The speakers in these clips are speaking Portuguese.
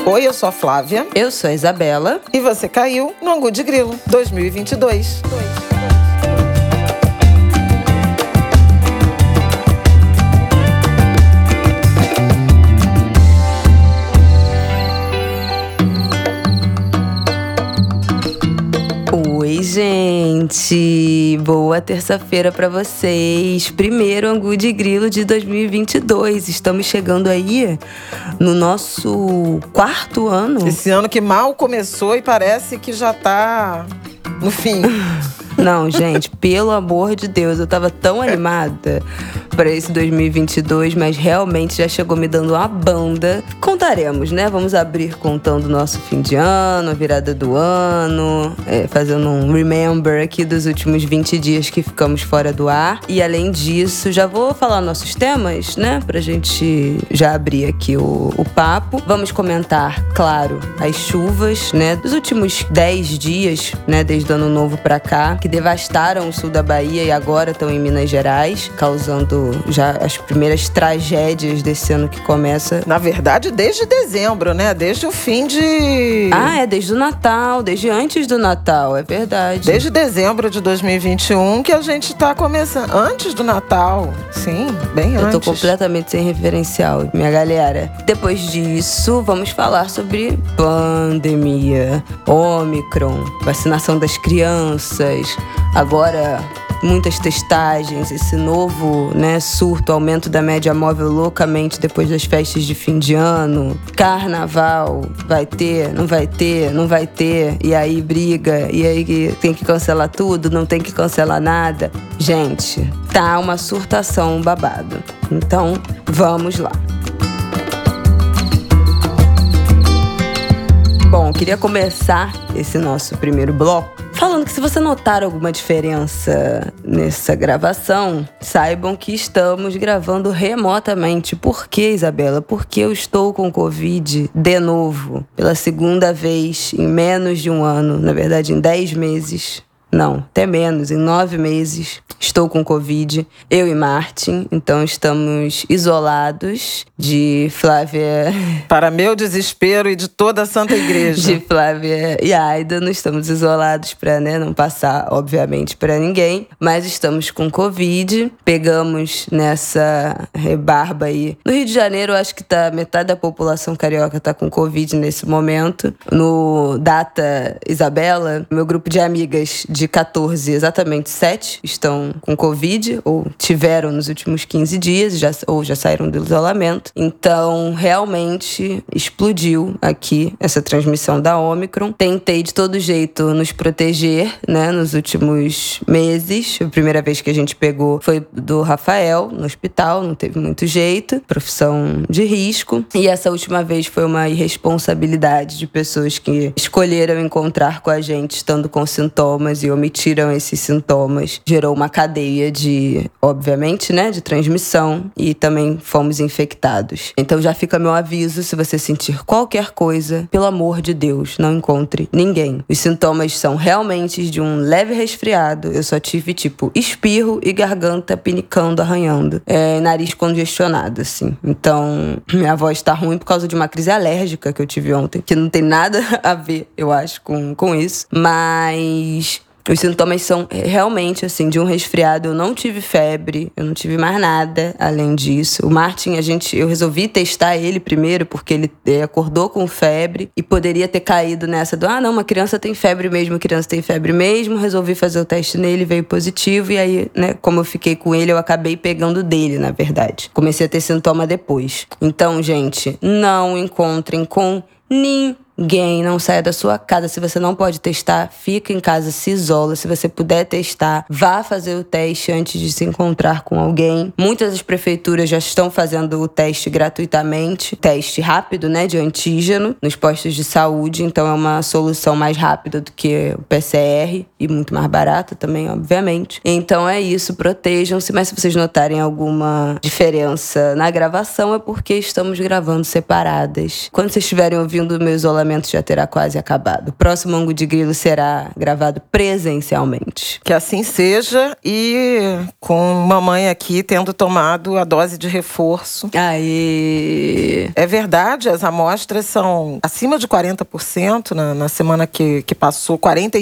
Oi, eu sou a Flávia. Eu sou a Isabela. E você caiu no Angu de Grilo 2022. Oi, gente! Boa terça-feira pra vocês! Primeiro Angu de Grilo de 2022. Estamos chegando aí no nosso 4º ano. Esse ano que mal começou e parece que já tá no fim. Não, gente, pelo amor de Deus, eu tava tão animada para esse 2022, mas realmente já chegou me dando uma banda. Contaremos, né? Vamos abrir contando o nosso fim de ano, a virada do ano, fazendo um remember aqui dos últimos 20 dias que ficamos fora do ar. E além disso, já vou falar nossos temas, né? Pra gente já abrir aqui o papo. Vamos comentar, claro, as chuvas, né? Dos últimos 10 dias, né? Desde o ano novo pra cá, que devastaram o sul da Bahia e agora estão em Minas Gerais, causando já as primeiras tragédias desse ano que começa. Na verdade, desde dezembro, né? Desde o fim de... Desde o Natal, desde antes do Natal, é verdade. Desde dezembro de 2021 que a gente tá começando. Antes do Natal, sim, bem antes. Eu tô completamente sem referencial, minha galera. Depois disso, vamos falar sobre pandemia, Ômicron, vacinação das crianças, agora muitas testagens, esse novo, né, surto, aumento da média móvel loucamente depois das festas de fim de ano, carnaval, vai ter, não vai ter, não vai ter, e aí briga, e aí tem que cancelar tudo, não tem que cancelar nada. Gente, tá uma surtação babado. Então, vamos lá. Bom, queria começar esse nosso primeiro bloco falando que se você notar alguma diferença nessa gravação, saibam que estamos gravando remotamente. Por quê, Isabela? Porque eu estou com Covid de novo, pela segunda vez em menos de um ano, na verdade em 10 meses. Não, até menos, em 9 meses estou com Covid, eu e Martin, então estamos isolados de Flávia... Para meu desespero e de toda a Santa Igreja. De Flávia e Aida, não estamos isolados para, né, não passar, obviamente, para ninguém, mas estamos com Covid, pegamos nessa rebarba aí. No Rio de Janeiro, acho que metade da população carioca tá com Covid nesse momento. No Data Isabela, meu grupo de amigas de 14, exatamente 7 estão com Covid, ou tiveram nos últimos 15 dias, ou já saíram do isolamento. Então, realmente explodiu aqui essa transmissão da Ômicron. Tentei de todo jeito nos proteger, né, nos últimos meses. A primeira vez que a gente pegou foi do Rafael, no hospital, não teve muito jeito, profissão de risco. E essa última vez foi uma irresponsabilidade de pessoas que escolheram encontrar com a gente estando com sintomas e omitiram esses sintomas. Gerou uma cadeia de, obviamente, né, de transmissão, e também fomos infectados. Então já fica meu aviso, se você sentir qualquer coisa, pelo amor de Deus, não encontre ninguém. Os sintomas são realmente de um leve resfriado. Eu só tive, espirro e garganta pinicando, arranhando. Nariz congestionado, assim. Então, minha voz tá ruim por causa de uma crise alérgica que eu tive ontem, que não tem nada a ver, eu acho, com isso. Mas os sintomas são realmente, assim, de um resfriado. Eu não tive febre, eu não tive mais nada além disso. O Martin, eu resolvi testar ele primeiro, porque ele acordou com febre e poderia ter caído nessa do, não, uma criança tem febre mesmo, resolvi fazer o teste nele, veio positivo, e aí, né, como eu fiquei com ele, eu acabei pegando dele, na verdade. Comecei a ter sintoma depois. Então, gente, não encontrem com ninguém, não saia da sua casa. Se você não pode testar, fica em casa, se isola. Se você puder testar, vá fazer o teste antes de se encontrar com alguém. Muitas das prefeituras já estão fazendo o teste gratuitamente, teste rápido, né, de antígeno, nos postos de saúde. Então é uma solução mais rápida do que o PCR e muito mais barata também, obviamente. Então é isso, protejam-se. Mas se vocês notarem alguma diferença na gravação, é porque estamos gravando separadas. Quando vocês estiverem ouvindo o meu isolamento isolamento já terá quase acabado. O próximo Ângulo de Grilo será gravado presencialmente. Que assim seja, e com mamãe aqui tendo tomado a dose de reforço. Aê! É verdade, as amostras são acima de 40%. Na semana que passou,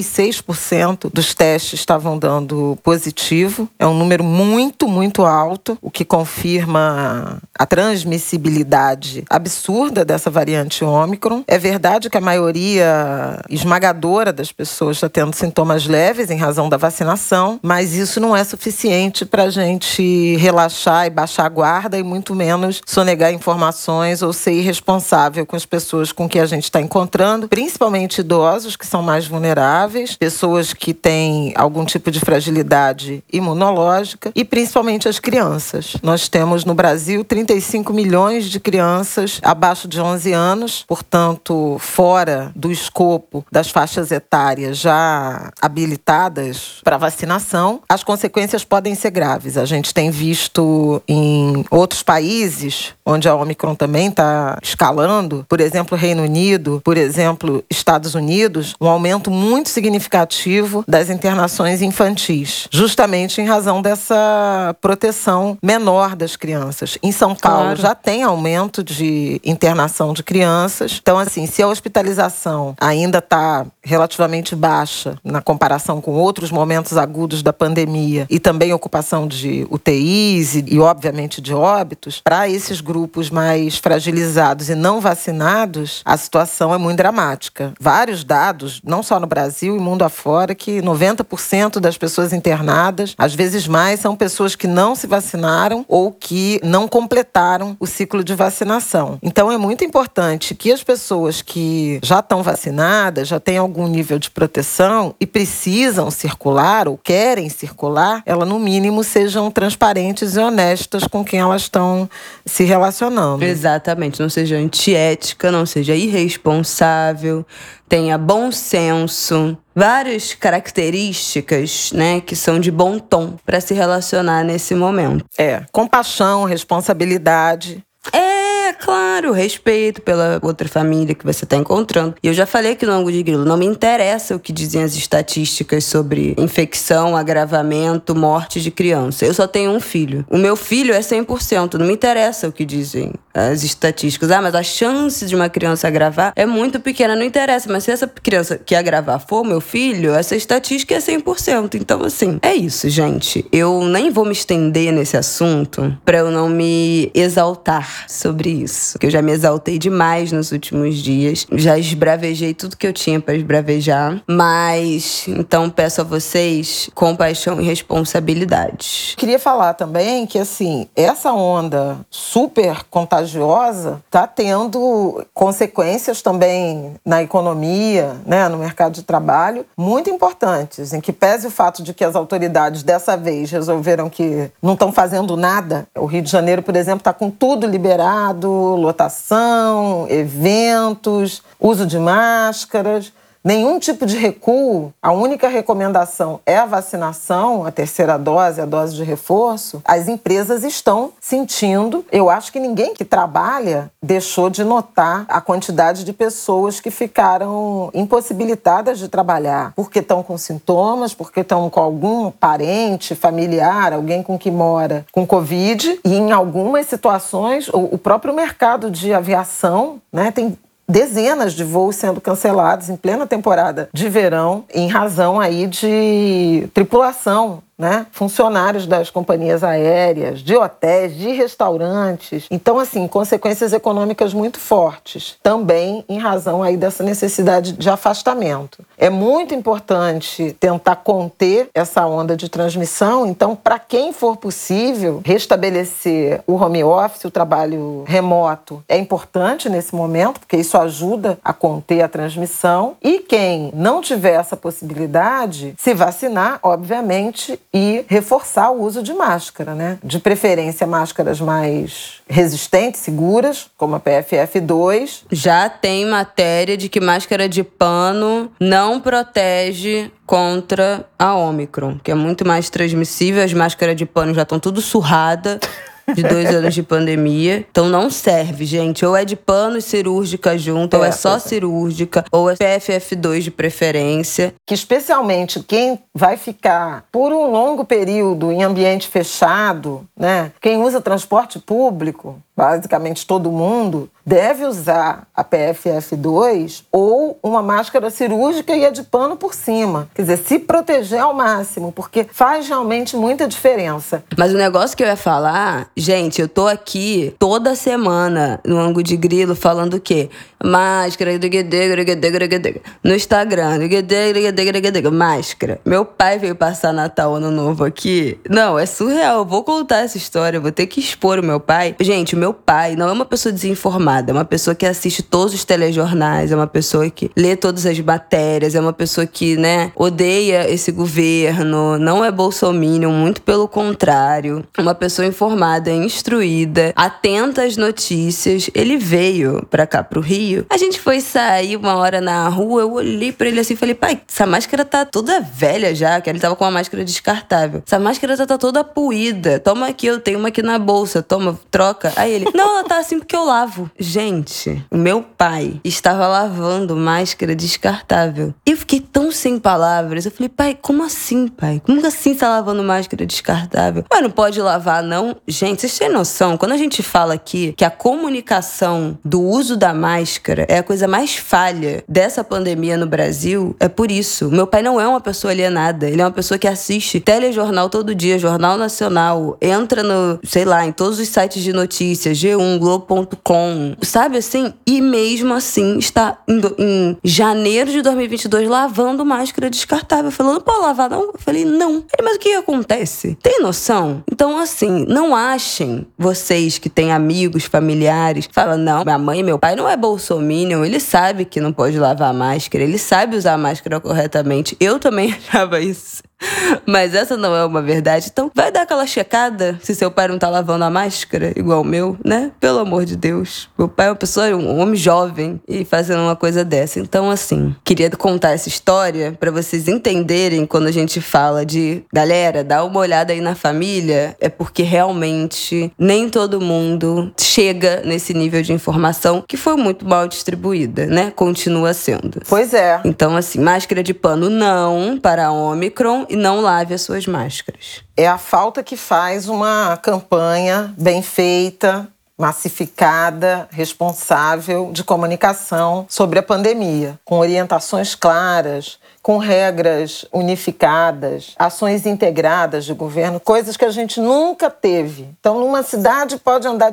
46% dos testes estavam dando positivo. É um número muito, muito alto, o que confirma a transmissibilidade absurda dessa variante Ômicron. É verdade que a maioria esmagadora das pessoas está tendo sintomas leves em razão da vacinação, mas isso não é suficiente para a gente relaxar e baixar a guarda, e muito menos sonegar informações ou ser irresponsável com as pessoas com que a gente está encontrando, principalmente idosos, que são mais vulneráveis, pessoas que têm algum tipo de fragilidade imunológica, e principalmente as crianças. Nós temos no Brasil 35 milhões de crianças abaixo de 11 anos, portanto, fora do escopo das faixas etárias já habilitadas para vacinação. As consequências podem ser graves. A gente tem visto em outros países, onde a Ômicron também está escalando, por exemplo, Reino Unido, por exemplo, Estados Unidos, um aumento muito significativo das internações infantis, justamente em razão dessa proteção menor das crianças. Em São Paulo já tem aumento de internação de crianças. Então, assim, se a hospitalização ainda está relativamente baixa na comparação com outros momentos agudos da pandemia, e também ocupação de UTIs e obviamente, de óbitos, para esses grupos mais fragilizados e não vacinados, a situação é muito dramática. Vários dados, não só no Brasil e mundo afora, que 90% das pessoas internadas, às vezes mais, são pessoas que não se vacinaram ou que não completaram o ciclo de vacinação. Então, é muito importante que as pessoas que já estão vacinadas, já têm algum nível de proteção e precisam circular ou querem circular, elas, no mínimo, sejam transparentes e honestas com quem elas estão se relacionando. Exatamente. Não seja antiética, não seja irresponsável, tenha bom senso. Várias características, né, que são de bom tom para se relacionar nesse momento. Compaixão, responsabilidade. Claro, respeito pela outra família que você está encontrando. E eu já falei aqui no Ângulo de Grilo, não me interessa o que dizem as estatísticas sobre infecção, agravamento, morte de criança. Eu só tenho um filho. O meu filho é 100%, não me interessa o que dizem as estatísticas. Mas a chance de uma criança agravar é muito pequena, não interessa. Mas se essa criança que agravar for o meu filho, essa estatística é 100%. Então, assim, é isso, gente. Eu nem vou me estender nesse assunto para eu não me exaltar sobre isso. Que eu já me exaltei demais nos últimos dias. Já esbravejei tudo que eu tinha para esbravejar. Mas, então, peço a vocês compaixão e responsabilidade. Queria falar também que, assim, essa onda super contagiosa está tendo consequências também na economia, né, no mercado de trabalho, muito importantes, em que pese o fato de que as autoridades dessa vez resolveram que não estão fazendo nada. O Rio de Janeiro, por exemplo, está com tudo liberado, lotação, eventos, uso de máscaras. Nenhum tipo de recuo, a única recomendação é a vacinação, a terceira dose, a dose de reforço. As empresas estão sentindo, eu acho que ninguém que trabalha deixou de notar a quantidade de pessoas que ficaram impossibilitadas de trabalhar, porque estão com sintomas, porque estão com algum parente, familiar, alguém com que mora com Covid, e em algumas situações o próprio mercado de aviação, né, tem dezenas de voos sendo cancelados em plena temporada de verão em razão aí de tripulação, né? Funcionários das companhias aéreas, de hotéis, de restaurantes. Então, assim, consequências econômicas muito fortes, também em razão aí dessa necessidade de afastamento. É muito importante tentar conter essa onda de transmissão. Então, para quem for possível, restabelecer o home office, o trabalho remoto, é importante nesse momento, porque isso ajuda a conter a transmissão. E quem não tiver essa possibilidade, se vacinar, obviamente, e reforçar o uso de máscara, né? De preferência, máscaras mais resistentes, seguras, como a PFF2. Já tem matéria de que máscara de pano não protege contra a Ômicron, que é muito mais transmissível. As máscaras de pano já estão tudo surradas. de 2 anos de pandemia. Então não serve, gente. Ou é de pano e cirúrgica junto, ou é só cirúrgica, ou é PFF2 de preferência. Que especialmente quem vai ficar por um longo período em ambiente fechado, né? Quem usa transporte público, basicamente todo mundo, deve usar a PFF2 ou uma máscara cirúrgica e a de pano por cima. Quer dizer, se proteger ao máximo, porque faz realmente muita diferença. Mas o negócio que eu ia falar, gente, eu tô aqui toda semana no Ângulo de Grilo falando o quê? Máscara, no Instagram, máscara. Meu pai veio passar Natal, Ano Novo aqui. Não, é surreal, eu vou contar essa história, eu vou ter que expor o meu pai. Gente, o meu pai não é uma pessoa desinformada, é uma pessoa que assiste todos os telejornais, é uma pessoa que lê todas as matérias, é uma pessoa que, né, odeia esse governo, não é bolsominion, muito pelo contrário. Uma pessoa informada, instruída, atenta às notícias. Ele veio pra cá, pro Rio. A gente foi sair uma hora na rua, eu olhei pra ele assim e falei, pai, essa máscara tá toda velha já, que ele tava com uma máscara descartável. Essa máscara tá toda puída. Toma aqui, eu tenho uma aqui na bolsa, toma, troca. Aí ele, não, ela tá assim porque eu lavo. Gente, o meu pai estava lavando máscara descartável. Eu fiquei tão sem palavras. Eu falei, pai, como assim, pai? Como assim você tá lavando máscara descartável? Mas não pode lavar, não? Gente, vocês têm noção? Quando a gente fala aqui que a comunicação do uso da máscara é a coisa mais falha dessa pandemia no Brasil, é por isso. Meu pai não é uma pessoa alienada. Ele é uma pessoa que assiste telejornal todo dia, Jornal Nacional, entra no, sei lá, em todos os sites de notícias, G1, Globo.com, sabe assim? E mesmo assim está em janeiro de 2022 lavando máscara descartável. Falando, não pode lavar não? Eu falei, não. Ele, mas o que acontece? Tem noção? Então, assim, não achem vocês que têm amigos, familiares, falam, não, minha mãe e meu pai não é bolsominion, ele sabe que não pode lavar máscara, ele sabe usar a máscara corretamente. Eu também achava isso. Mas essa não é uma verdade. Então vai dar aquela checada se seu pai não tá lavando a máscara igual o meu, né? Pelo amor de Deus. Meu pai é uma pessoa, um homem jovem e fazendo uma coisa dessa. Então, assim, queria contar essa história pra vocês entenderem quando a gente fala de galera, dá uma olhada aí na família, é porque realmente nem todo mundo chega nesse nível de informação que foi muito mal distribuída, né? Continua sendo. Pois é. Então, assim, máscara de pano não para Ômicron e não lave as suas máscaras. É a falta que faz uma campanha bem feita, massificada, responsável de comunicação sobre a pandemia, com orientações claras, com regras unificadas, ações integradas de governo, coisas que a gente nunca teve. Então, numa cidade pode andar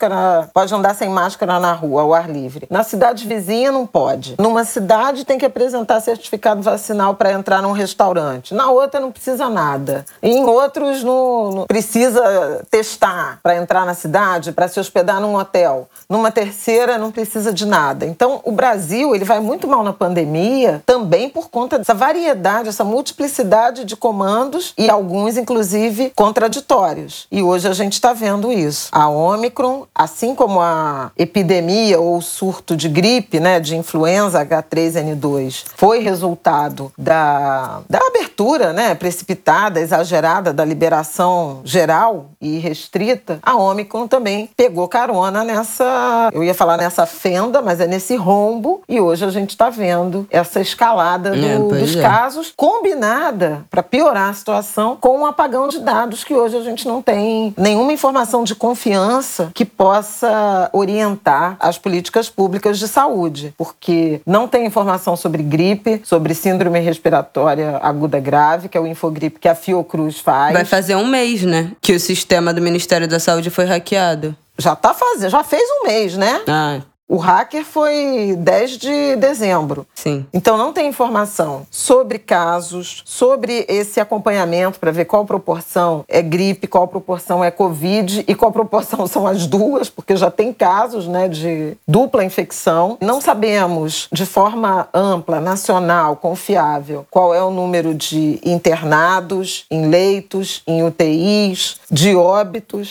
sem máscara na rua, ao ar livre. Na cidade vizinha não pode. Numa cidade tem que apresentar certificado vacinal para entrar num restaurante. Na outra não precisa nada. Em outros não precisa testar para entrar na cidade, para se hospedar num hotel. Numa terceira não precisa de nada. Então, o Brasil ele vai muito mal na pandemia também por conta dessa variedade, essa multiplicidade de comandos e alguns, inclusive, contraditórios. E hoje a gente está vendo isso. A Ômicron, assim como a epidemia ou surto de gripe, né, de influenza H3N2, foi resultado da abertura, né, precipitada, exagerada da liberação geral e restrita, a Ômicron também pegou carona nessa, eu ia falar nessa fenda, mas é nesse rombo, e hoje a gente está vendo essa escalada dos casos, combinada para piorar a situação com um apagão de dados que hoje a gente não tem nenhuma informação de confiança que possa orientar as políticas públicas de saúde, porque não tem informação sobre gripe, sobre síndrome respiratória aguda grave, que é o Infogripe que a Fiocruz faz. Vai fazer um mês, né, que o sistema do Ministério da Saúde foi hackeado. Já fez um mês, né? O hacker foi 10 de dezembro. Sim. Então não tem informação sobre casos, sobre esse acompanhamento para ver qual proporção é gripe, qual proporção é Covid e qual proporção são as duas, porque já tem casos, né, de dupla infecção. Não sabemos de forma ampla, nacional, confiável, qual é o número de internados em leitos, em UTIs, de óbitos.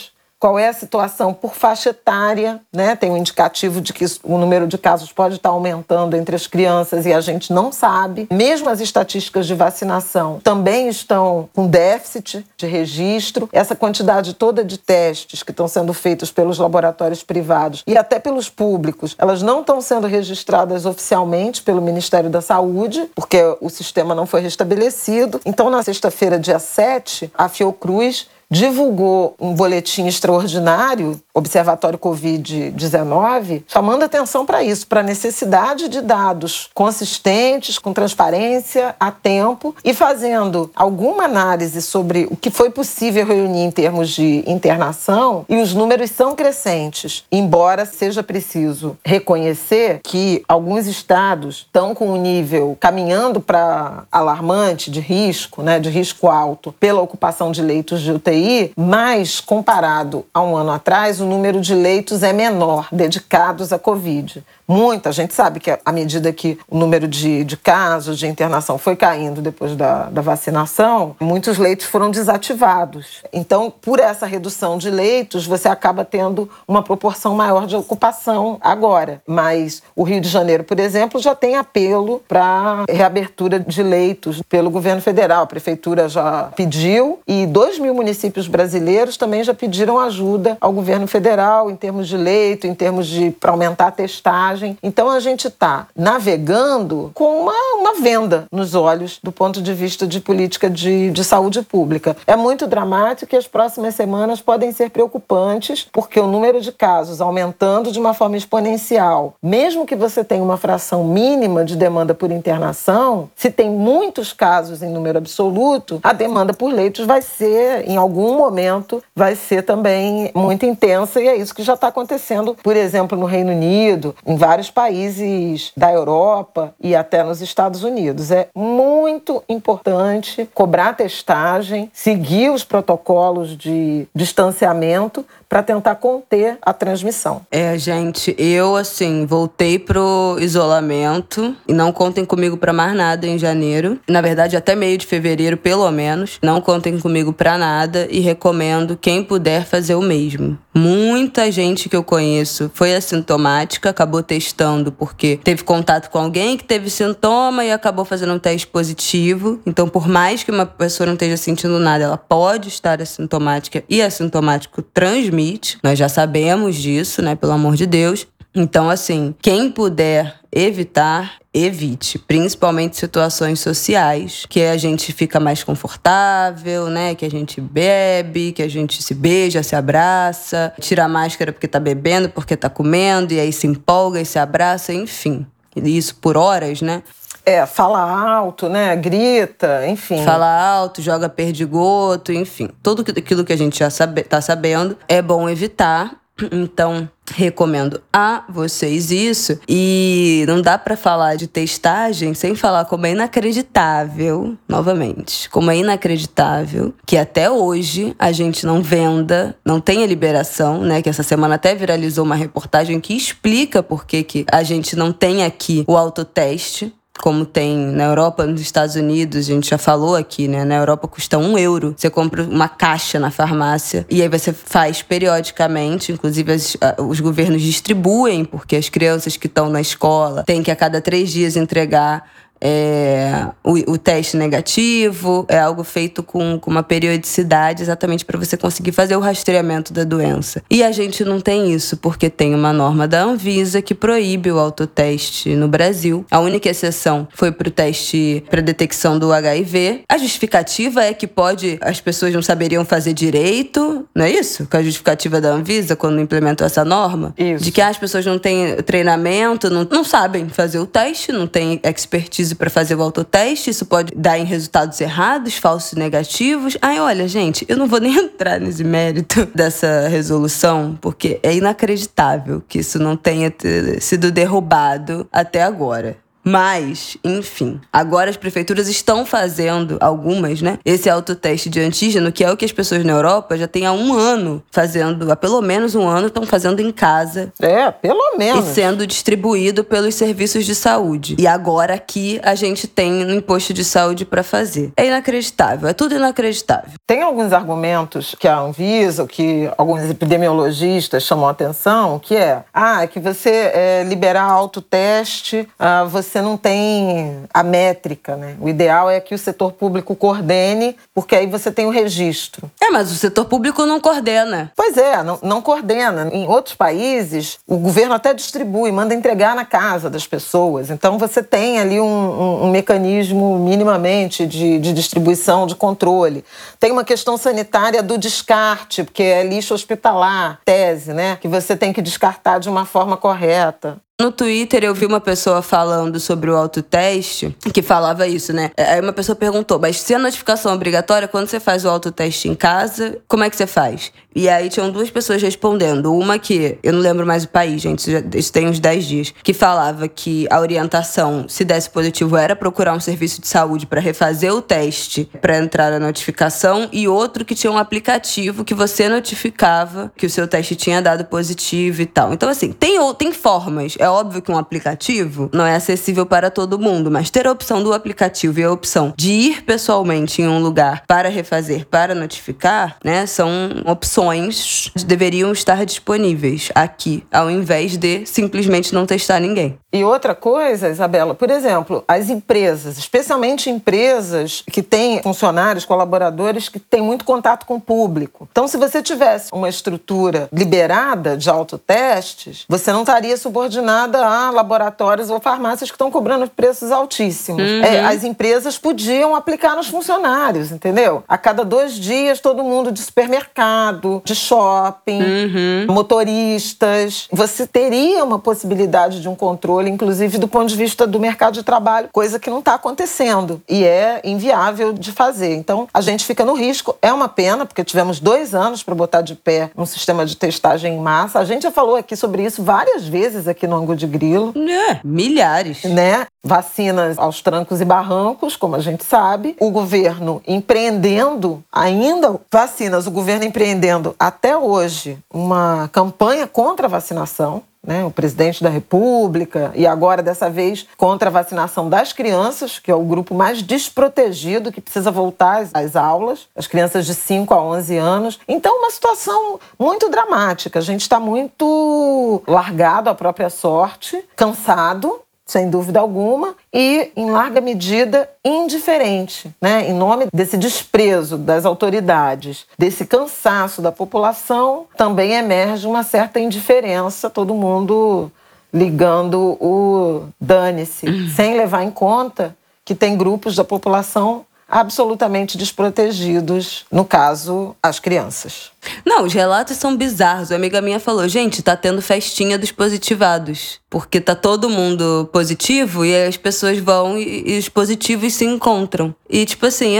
qual é a situação por faixa etária, né? Tem um indicativo de que o número de casos pode estar aumentando entre as crianças e a gente não sabe. Mesmo as estatísticas de vacinação também estão com déficit de registro. Essa quantidade toda de testes que estão sendo feitos pelos laboratórios privados e até pelos públicos, elas não estão sendo registradas oficialmente pelo Ministério da Saúde, porque o sistema não foi restabelecido. Então, na sexta-feira, dia 7, a Fiocruz divulgou um boletim extraordinário, Observatório Covid-19, chamando atenção para isso, para a necessidade de dados consistentes, com transparência, a tempo, e fazendo alguma análise sobre o que foi possível reunir em termos de internação, e os números são crescentes, embora seja preciso reconhecer que alguns estados estão com um nível caminhando para alarmante, de risco, né, de risco alto, pela ocupação de leitos de UTI, mas, comparado a um ano atrás, o número de leitos é menor dedicados à Covid. A gente sabe que à medida que o número de casos de internação foi caindo depois da vacinação, muitos leitos foram desativados. Então, por essa redução de leitos, você acaba tendo uma proporção maior de ocupação agora. Mas o Rio de Janeiro, por exemplo, já tem apelo para reabertura de leitos pelo governo federal. A prefeitura já pediu e 2.000 municípios brasileiros também já pediram ajuda ao governo federal em termos de leito, em termos para aumentar a testagem. Então, a gente está navegando com uma venda nos olhos do ponto de vista de política de saúde pública. É muito dramático e as próximas semanas podem ser preocupantes, porque o número de casos aumentando de uma forma exponencial, mesmo que você tenha uma fração mínima de demanda por internação, se tem muitos casos em número absoluto, a demanda por leitos vai ser, em algum momento, vai ser também muito intensa, e é isso que já está acontecendo, por exemplo, no Reino Unido, em vários países da Europa e até nos Estados Unidos. É muito importante cobrar a testagem, seguir os protocolos de distanciamento para tentar conter a transmissão. Gente, eu, voltei pro isolamento e não contem comigo para mais nada em janeiro. Na verdade, até meio de fevereiro, pelo menos. Não contem comigo para nada e recomendo quem puder fazer o mesmo. Muita gente que eu conheço foi assintomática, acabou testando porque teve contato com alguém que teve sintoma e acabou fazendo um teste positivo. Então, por mais que uma pessoa não esteja sentindo nada, ela pode estar assintomática e assintomático transmite. Nós já sabemos disso, né? Pelo amor de Deus. Então, quem puder evitar, evite. Principalmente situações sociais, que a gente fica mais confortável, né? Que a gente bebe, que a gente se beija, se abraça, tira a máscara porque tá bebendo, porque tá comendo, e aí se empolga e se abraça, enfim. Isso por horas, né? Fala alto, né? Grita, enfim. Fala alto, joga perdigoto, enfim. Tudo aquilo que a gente já tá sabendo é bom evitar. Então, recomendo a vocês isso. E não dá pra falar de testagem sem falar como é inacreditável, novamente, como é inacreditável que até hoje a gente não tenha liberação, né? Que essa semana até viralizou uma reportagem que explica por que a gente não tem aqui o autoteste, como tem na Europa, nos Estados Unidos, a gente já falou aqui, né? Na Europa custa €1. Você compra uma caixa na farmácia e aí você faz periodicamente, inclusive os governos distribuem, porque as crianças que estão na escola têm que a cada 3 dias entregar o teste negativo. É algo feito com uma periodicidade exatamente para você conseguir fazer o rastreamento da doença. E a gente não tem isso porque tem uma norma da Anvisa que proíbe o autoteste no Brasil. A única exceção foi para o teste para detecção do HIV. A justificativa é que as pessoas não saberiam fazer direito, não é isso? Com a justificativa da Anvisa quando implementou essa norma? Isso. De que as pessoas não têm treinamento, não sabem fazer o teste, não têm expertise para fazer o autoteste, isso pode dar em resultados errados, falsos e negativos. Olha, gente, eu não vou nem entrar nesse mérito dessa resolução, porque é inacreditável que isso não tenha sido derrubado até agora. Mas, enfim, agora as prefeituras estão fazendo, algumas, né, esse autoteste de antígeno, que é o que as pessoas na Europa já têm há um ano fazendo, há pelo menos um ano, estão fazendo em casa. Pelo menos. E sendo distribuído pelos serviços de saúde. E agora aqui a gente tem um imposto de saúde para fazer. É inacreditável, é tudo inacreditável. Tem alguns argumentos que a Anvisa, que alguns epidemiologistas chamam a atenção, que que você liberar autoteste, você não tem a métrica, né? O ideal é que o setor público coordene, porque aí você tem o registro. Mas o setor público não coordena. Pois é, não coordena. Em outros países, o governo até distribui, manda entregar na casa das pessoas. Então, você tem ali um mecanismo minimamente de distribuição, de controle. Tem uma questão sanitária do descarte, porque é lixo hospitalar, tese, né? Que você tem que descartar de uma forma correta. No Twitter eu vi uma pessoa falando sobre o autoteste, que falava isso, né? Aí uma pessoa perguntou, mas se a notificação é obrigatória, quando você faz o autoteste em casa, como é que você faz? E aí tinham duas pessoas respondendo. Uma que, eu não lembro mais o país, gente, isso tem uns 10 dias, que falava que a orientação, se desse positivo, era procurar um serviço de saúde para refazer o teste, para entrar a notificação, e outro que tinha um aplicativo que você notificava que o seu teste tinha dado positivo e tal. Então, assim, tem formas. É óbvio que um aplicativo não é acessível para todo mundo, mas ter a opção do aplicativo e a opção de ir pessoalmente em um lugar para refazer, para notificar, né, são opções que deveriam estar disponíveis aqui, ao invés de simplesmente não testar ninguém. E outra coisa, Isabela, por exemplo, as empresas, especialmente empresas que têm funcionários, colaboradores que têm muito contato com o público. Então, se você tivesse uma estrutura liberada de autotestes, você não estaria subordinado a laboratórios ou farmácias que estão cobrando preços altíssimos. As empresas podiam aplicar nos funcionários, entendeu? A cada 2 dias, todo mundo de supermercado, de shopping, motoristas. Você teria uma possibilidade de um controle, inclusive do ponto de vista do mercado de trabalho, coisa que não está acontecendo e é inviável de fazer. Então, a gente fica no risco. É uma pena, porque tivemos 2 anos para botar de pé um sistema de testagem em massa. A gente já falou aqui sobre isso várias vezes aqui no Ângulo de Grilo. Milhares. Né? Vacinas aos trancos e barrancos, como a gente sabe. O governo empreendendo ainda vacinas, o governo empreendendo até hoje uma campanha contra a vacinação. Né, o presidente da República, e agora, dessa vez, contra a vacinação das crianças, que é o grupo mais desprotegido, que precisa voltar às aulas, as crianças de 5 a 11 anos. Então, uma situação muito dramática. A gente está muito largado à própria sorte, cansado, sem dúvida alguma, e, em larga medida, indiferente, né? Em nome desse desprezo das autoridades, desse cansaço da população, também emerge uma certa indiferença, todo mundo ligando o dane-se, sem levar em conta que tem grupos da população absolutamente desprotegidos, no caso, as crianças. Não, os relatos são bizarros. Uma amiga minha falou, gente, tá tendo festinha dos positivados. Porque tá todo mundo positivo e aí as pessoas vão e os positivos se encontram. E tipo assim,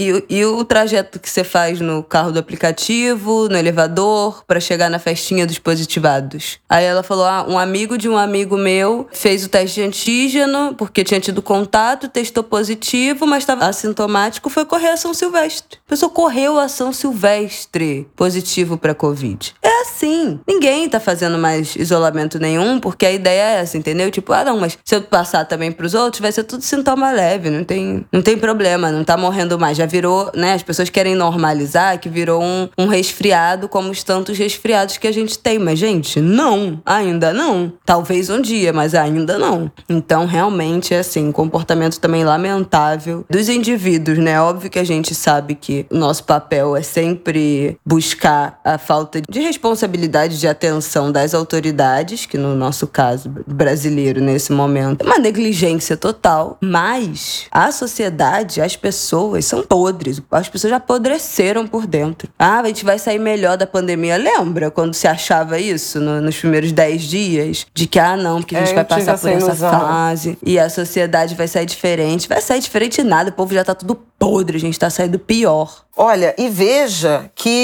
e o trajeto que você faz no carro do aplicativo, no elevador, pra chegar na festinha dos positivados? Aí ela falou, um amigo de um amigo meu fez o teste de antígeno porque tinha tido contato, testou positivo, mas estava assintomático, foi correr a São Silvestre. A pessoa correu a São Silvestre positivo pra Covid. É assim. Ninguém tá fazendo mais isolamento nenhum, porque a ideia é essa, entendeu? Tipo, não, mas se eu passar também pros outros, vai ser tudo sintoma leve, não tem problema, não tá morrendo mais. Já virou, né? As pessoas querem normalizar que virou um resfriado como os tantos resfriados que a gente tem. Mas, gente, não. Ainda não. Talvez um dia, mas ainda não. Então, realmente, é assim, um comportamento também lamentável dos indivíduos, né? Óbvio que a gente sabe que o nosso papel é sempre buscar a falta de responsabilidade, de atenção das autoridades, que no nosso caso brasileiro nesse momento é uma negligência total, mas a sociedade, as pessoas são podres, as pessoas já apodreceram por dentro. A gente vai sair melhor da pandemia. Lembra quando se achava isso nos primeiros 10 dias? De que, não, porque a gente vai passar por essa fase e a sociedade vai sair diferente. Vai sair diferente nada, o povo já tá tudo podre, a gente tá saindo pior. Olha, e veja que, por exemplo,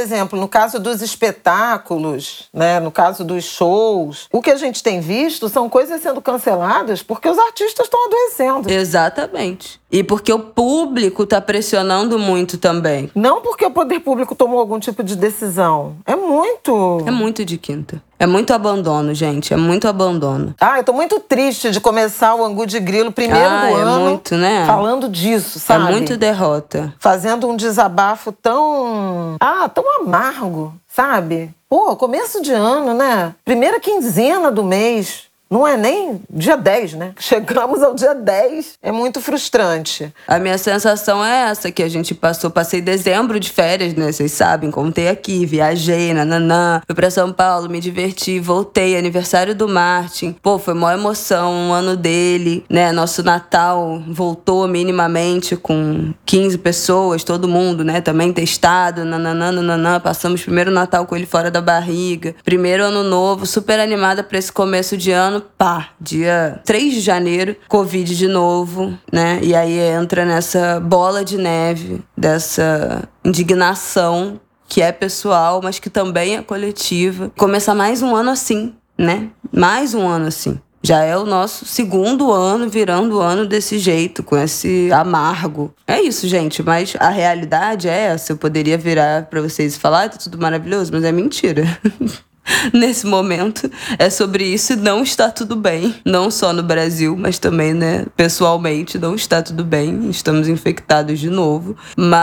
exemplo, no caso dos espetáculos, né, no caso dos shows, o que a gente tem visto são coisas sendo canceladas porque os artistas estão adoecendo. Exatamente. E porque o público tá pressionando muito também. Não porque o poder público tomou algum tipo de decisão. É muito De quinta. É muito abandono, gente. É muito abandono. Eu tô muito triste de começar o Angu de Grilo primeiro do ano. Muito, né? Falando disso, sabe? É muito derrota. Fazendo um desabafo tão amargo, sabe? Pô, começo de ano, né? Primeira quinzena do mês. Não é nem dia 10, né? Chegamos ao dia 10. É muito frustrante. A minha sensação é essa, que a gente passei dezembro de férias, né? Vocês sabem, contei aqui, viajei, nananã. Fui pra São Paulo, me diverti, voltei, aniversário do Martin. Pô, foi maior emoção, um ano dele, né? Nosso Natal voltou minimamente com 15 pessoas, todo mundo, né? Também testado, nananã. Passamos o primeiro Natal com ele fora da barriga. Primeiro ano novo, super animada pra esse começo de ano. Dia 3 de janeiro, Covid de novo, né? E aí entra nessa bola de neve, dessa indignação que é pessoal, mas que também é coletiva. Começar mais um ano assim, né? Mais um ano assim. Já é o nosso segundo ano virando o ano desse jeito, com esse amargo. É isso, gente, mas a realidade é essa. Eu poderia virar pra vocês e falar, tá tudo maravilhoso, mas é mentira. Nesse momento, é sobre isso e não está tudo bem. Não só no Brasil, mas também, né, pessoalmente, não está tudo bem. Estamos infectados de novo.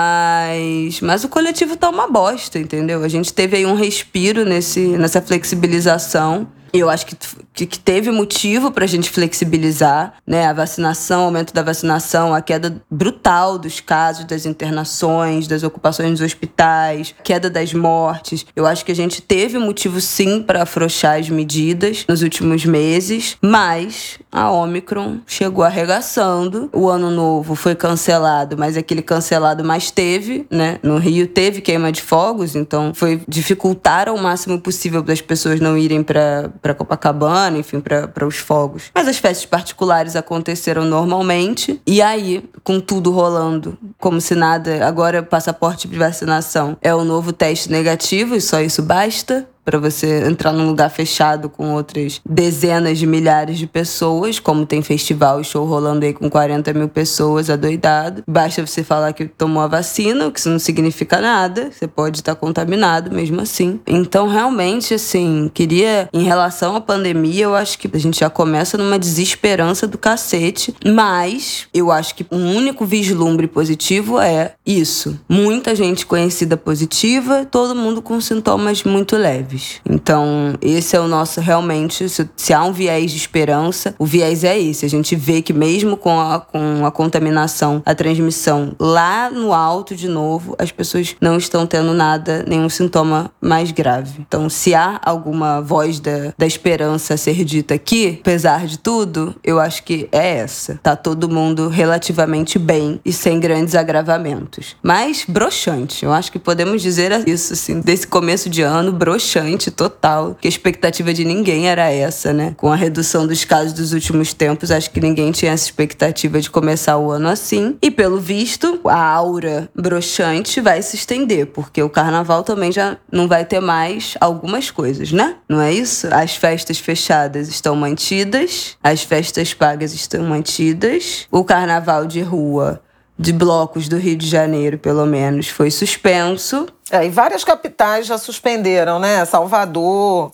Mas o coletivo tá uma bosta, entendeu? A gente teve aí um respiro nessa flexibilização. Eu acho que teve motivo pra gente flexibilizar, né? A vacinação, o aumento da vacinação, a queda brutal dos casos, das internações, das ocupações dos hospitais, queda das mortes. Eu acho que a gente teve motivo, sim, pra afrouxar as medidas nos últimos meses, mas a Ômicron chegou arregaçando. O ano novo foi cancelado, mas aquele cancelado mais teve, né? No Rio teve queima de fogos, então foi dificultar ao máximo possível das pessoas não irem pra Copacabana, enfim, para os fogos. Mas as festas particulares aconteceram normalmente. E aí, com tudo rolando, como se nada, agora passaporte de vacinação é o novo teste negativo e só isso basta para você entrar num lugar fechado com outras dezenas de milhares de pessoas, como tem festival e show rolando aí com 40 mil pessoas, adoidado. Basta você falar que tomou a vacina, o que isso não significa nada. Você pode estar contaminado mesmo assim. Então, realmente, assim, em relação à pandemia, eu acho que a gente já começa numa desesperança do cacete, mas eu acho que um único vislumbre positivo é isso. Muita gente conhecida positiva, todo mundo com sintomas muito leves. Então, esse é o nosso, realmente, se há um viés de esperança, o viés é esse. A gente vê que mesmo com a contaminação, a transmissão lá no alto de novo, as pessoas não estão tendo nenhum sintoma mais grave. Então, se há alguma voz da esperança a ser dita aqui, apesar de tudo, eu acho que é essa. Tá todo mundo relativamente bem e sem grandes agravamentos. Mas broxante, eu acho que podemos dizer isso, assim, desse começo de ano, broxante total, que a expectativa de ninguém era essa, né? Com a redução dos casos dos últimos tempos, acho que ninguém tinha essa expectativa de começar o ano assim. E pelo visto, a aura broxante vai se estender, porque o carnaval também já não vai ter mais algumas coisas, né? Não é isso? As festas fechadas estão mantidas, as festas pagas estão mantidas, o carnaval de rua, de blocos do Rio de Janeiro, pelo menos, foi suspenso. E várias capitais já suspenderam, né? Salvador,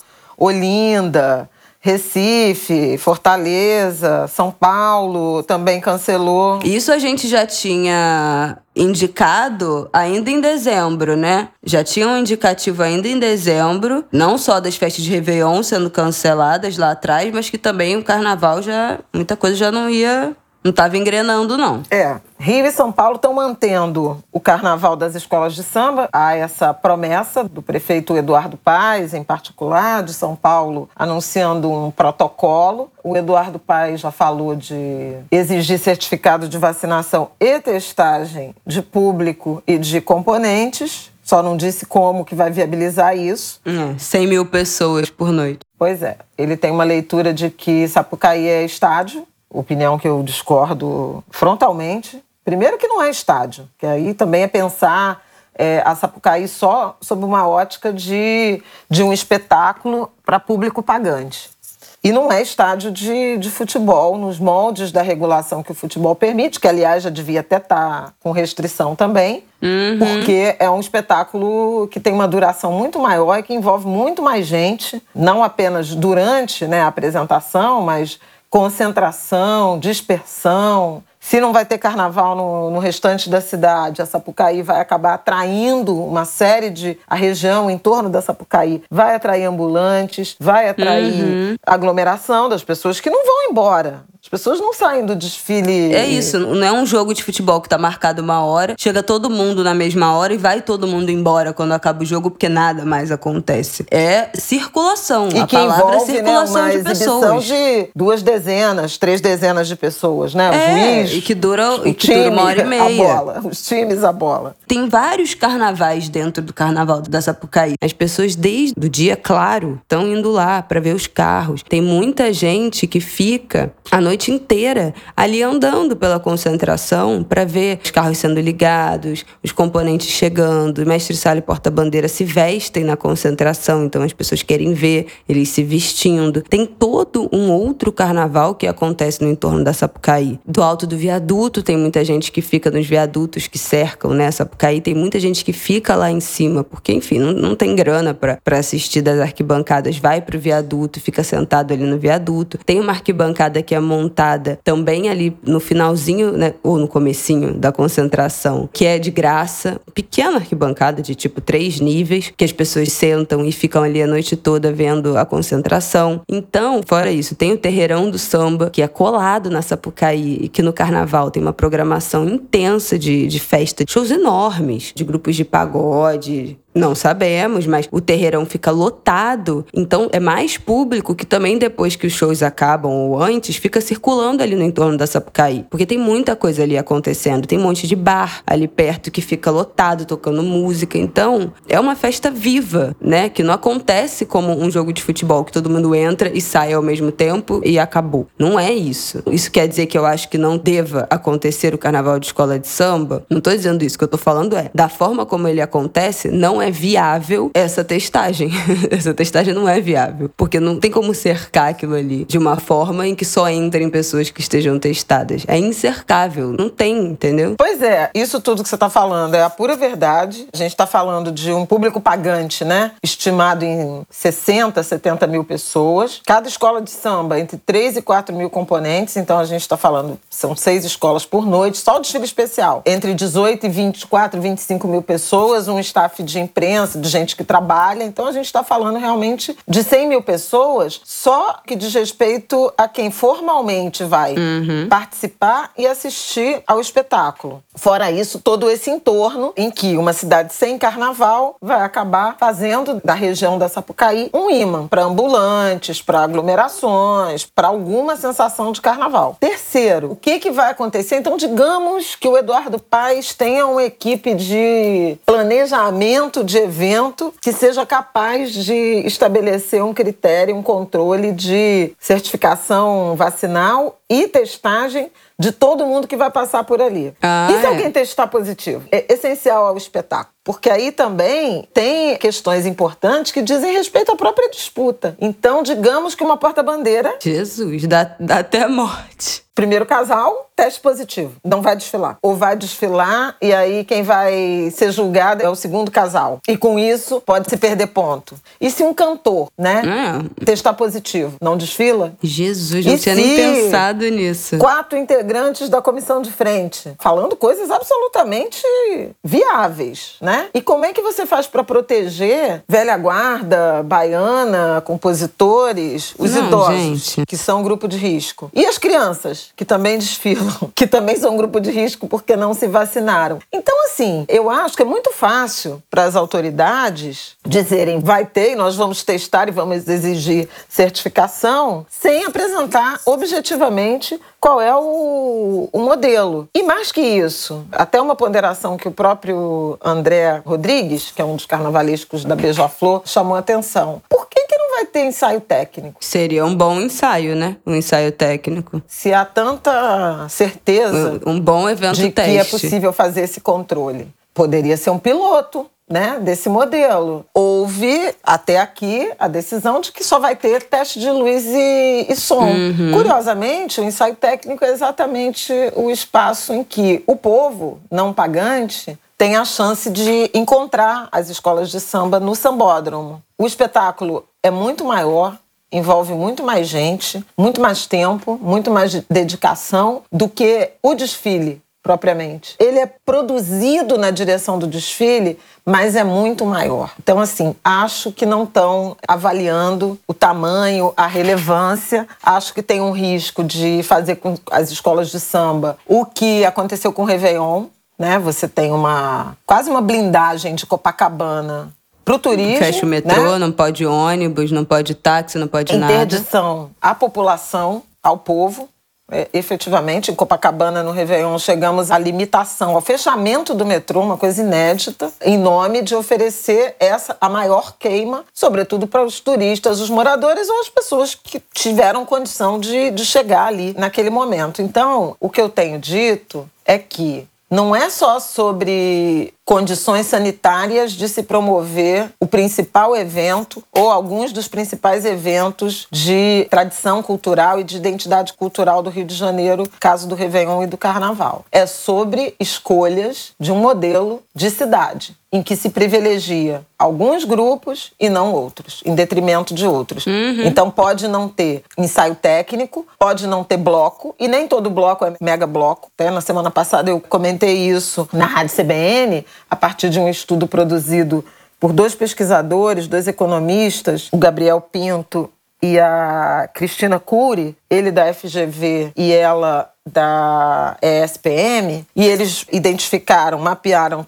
Olinda, Recife, Fortaleza, São Paulo também cancelou. Isso a gente já tinha indicado ainda em dezembro, né? Já tinha um indicativo ainda em dezembro, não só das festas de Réveillon sendo canceladas lá atrás, mas que também o carnaval muita coisa já não estava engrenando, não. Rio e São Paulo estão mantendo o carnaval das escolas de samba. Há essa promessa do prefeito Eduardo Paes, em particular, de São Paulo, anunciando um protocolo. O Eduardo Paes já falou de exigir certificado de vacinação e testagem de público e de componentes. Só não disse como que vai viabilizar isso. 100 mil pessoas por noite. Pois é. Ele tem uma leitura de que Sapucaí é estádio, opinião que eu discordo frontalmente. Primeiro que não é estádio, que aí também é pensar a Sapucaí só sob uma ótica de um espetáculo para público pagante. E não é estádio de futebol, nos moldes da regulação que o futebol permite, que, aliás, já devia até estar com restrição também, porque é um espetáculo que tem uma duração muito maior e que envolve muito mais gente, não apenas durante, né, a apresentação, mas concentração, dispersão. Se não vai ter carnaval no restante da cidade, a Sapucaí vai acabar atraindo uma série a região em torno da Sapucaí vai atrair ambulantes, vai atrair aglomeração das pessoas que não vão embora. As pessoas não saem do desfile. É isso, não é um jogo de futebol que tá marcado uma hora, chega todo mundo na mesma hora e vai todo mundo embora quando acaba o jogo, porque nada mais acontece. É circulação, e a que palavra envolve, é circulação, né, de pessoas. De 2 dezenas, 3 dezenas de pessoas, né? O juiz, e que dura time, 1h30. a bola, os times, a bola. Tem vários carnavais dentro do carnaval da Sapucaí. As pessoas, desde o dia claro, estão indo lá para ver os carros. Tem muita gente que fica a noite inteira ali andando pela concentração para ver os carros sendo ligados, os componentes chegando. O mestre-sala e porta-bandeira se vestem na concentração, então as pessoas querem ver eles se vestindo. Tem todo um outro carnaval que acontece no entorno da Sapucaí. Do alto do viaduto, tem muita gente que fica nos viadutos que cercam, né, a Sapucaí. Tem muita gente que fica lá em cima, porque, enfim, não tem grana para assistir das arquibancadas. Vai pro viaduto, fica sentado ali no viaduto. Tem uma arquibancada que é montada também ali no finalzinho, né, ou no comecinho da concentração, que é de graça. Pequena arquibancada de tipo 3 níveis, que as pessoas sentam e ficam ali a noite toda vendo a concentração. Então, fora isso, tem o Terreirão do Samba, que é colado na Sapucaí e que no carnaval tem uma programação intensa de festa, shows enormes, de grupos de pagode. Não sabemos, mas o terreirão fica lotado. Então, é mais público que também, depois que os shows acabam ou antes, fica circulando ali no entorno da Sapucaí. Porque tem muita coisa ali acontecendo. Tem um monte de bar ali perto que fica lotado, tocando música. Então, é uma festa viva, né? Que não acontece como um jogo de futebol, que todo mundo entra e sai ao mesmo tempo e acabou. Não é isso. Isso quer dizer que eu acho que não deva acontecer o carnaval de escola de samba? Não tô dizendo isso. O que eu tô falando é, da forma como ele acontece, não é viável essa testagem. Essa testagem não é viável. Porque não tem como cercar aquilo ali de uma forma em que só entrem pessoas que estejam testadas. É incercável. Não tem, entendeu? Pois é. Isso tudo que você tá falando é a pura verdade. A gente tá falando de um público pagante, né? Estimado em 60, 70 mil pessoas. Cada escola de samba, entre 3 e 4 mil componentes. Então, a gente tá falando, são 6 escolas por noite. Só o desfile especial. Entre 18 e 24, 25 mil pessoas. Um staff de imprensa, de gente que trabalha. Então, a gente está falando realmente de 100 mil pessoas, só que diz respeito a quem formalmente vai participar e assistir ao espetáculo. Fora isso, todo esse entorno em que uma cidade sem carnaval vai acabar fazendo da região da Sapucaí um imã para ambulantes, para aglomerações, para alguma sensação de carnaval. Terceiro, o que vai acontecer? Então, digamos que o Eduardo Paes tenha uma equipe de planejamento de evento que seja capaz de estabelecer um critério, um controle de certificação vacinal e testagem de todo mundo que vai passar por ali. E se alguém testar positivo? É essencial ao espetáculo. Porque aí também tem questões importantes que dizem respeito à própria disputa. Então, digamos que uma porta-bandeira... Jesus, dá até a morte. Primeiro casal, teste positivo. Não vai desfilar. Ou vai desfilar e aí quem vai ser julgado é o segundo casal. E com isso, pode se perder ponto. E se um cantor, né, testar positivo, não desfila? Jesus, não tinha nem pensado nisso. 4 integrantes da comissão de frente, falando coisas absolutamente viáveis, né? E como é que você faz para proteger velha guarda, baiana, compositores, os idosos, que são um grupo de risco? E as crianças, que também desfilam, que também são um grupo de risco porque não se vacinaram. Então, assim, eu acho que é muito fácil para as autoridades dizerem vai ter e nós vamos testar e vamos exigir certificação sem apresentar objetivamente qual é o modelo. E mais que isso, até uma ponderação que o próprio André Rodrigues, que é um dos carnavalescos da Beija-Flor, chamou a atenção. Por que não vai ter ensaio técnico? Seria um bom ensaio, né? Um ensaio técnico. Se há tanta certeza um bom evento de teste. que é possível fazer esse controle. poderia ser um piloto, né, desse modelo. Houve, até aqui, a decisão de que só vai ter teste de luz e som. Curiosamente, o ensaio técnico é exatamente o espaço em que o povo não pagante tem a chance de encontrar as escolas de samba no sambódromo. O espetáculo é muito maior, envolve muito mais gente, muito mais tempo, muito mais dedicação do que o desfile propriamente. Ele é produzido na direção do desfile, mas é muito maior. Então, assim, acho que não estão avaliando o tamanho, a relevância. Acho que tem um risco de fazer com as escolas de samba o que aconteceu com o Réveillon, né? Você tem quase uma blindagem de Copacabana pro turismo. Fecha o metrô, né? Não pode ônibus, não pode táxi, não pode nada. Interdição à população, ao povo. Efetivamente, em Copacabana, no Réveillon, chegamos à limitação, ao fechamento do metrô, uma coisa inédita, em nome de oferecer a maior queima, sobretudo para os turistas, os moradores ou as pessoas que tiveram condição de chegar ali naquele momento. Então, o que eu tenho dito é que não é só sobre condições sanitárias de se promover o principal evento ou alguns dos principais eventos de tradição cultural e de identidade cultural do Rio de Janeiro, caso do Réveillon e do Carnaval. É sobre escolhas de um modelo de cidade, em que se privilegia alguns grupos e não outros, em detrimento de outros. Então pode não ter ensaio técnico, pode não ter bloco, e nem todo bloco é mega bloco. Na semana passada eu comentei isso na Rádio CBN, a partir de um estudo produzido por 2 pesquisadores, 2 economistas, o Gabriel Pinto e a Cristina Cury, ele da FGV e ela da ESPM, e eles mapearam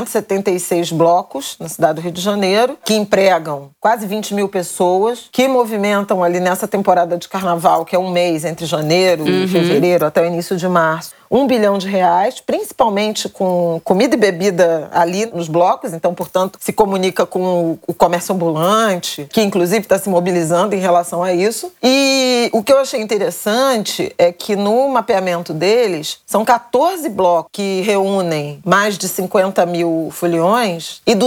376 blocos na cidade do Rio de Janeiro, que empregam quase 20 mil pessoas, que movimentam ali nessa temporada de carnaval, que é um mês entre janeiro e fevereiro até o início de março, R$1 bilhão, principalmente com comida e bebida ali nos blocos, então, portanto, se comunica com o comércio ambulante, que inclusive está se mobilizando em relação a isso. E o que eu achei interessante é que no mapeamento deles, são 14 blocos que reúnem mais de 50 mil foliões e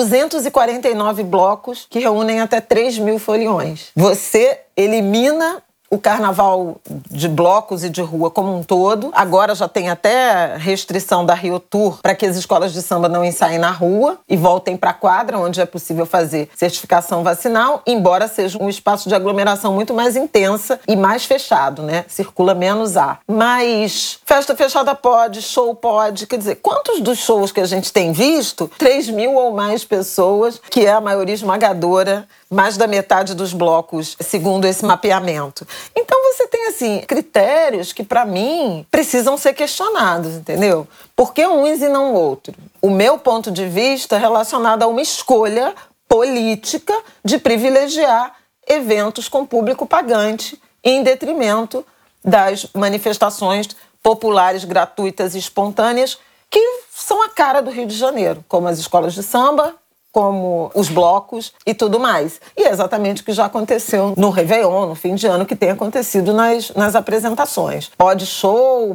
249 blocos que reúnem até 3 mil foliões. Você elimina o carnaval de blocos e de rua como um todo. Agora já tem até restrição da Rio Tour para que as escolas de samba não ensaiem na rua e voltem para a quadra, onde é possível fazer certificação vacinal, embora seja um espaço de aglomeração muito mais intensa e mais fechado, né? Circula menos ar. Mas festa fechada pode, show pode. Quer dizer, quantos dos shows que a gente tem visto? 3 mil ou mais pessoas, que é a maioria esmagadora, mais da metade dos blocos, segundo esse mapeamento. Então você tem, assim, critérios que, para mim, precisam ser questionados, entendeu? Por que uns e não outros? O meu ponto de vista é relacionado a uma escolha política de privilegiar eventos com público pagante em detrimento das manifestações populares, gratuitas e espontâneas que são a cara do Rio de Janeiro, como as escolas de samba, como os blocos e tudo mais. E é exatamente o que já aconteceu no Réveillon, no fim de ano, que tem acontecido nas apresentações. Pode show,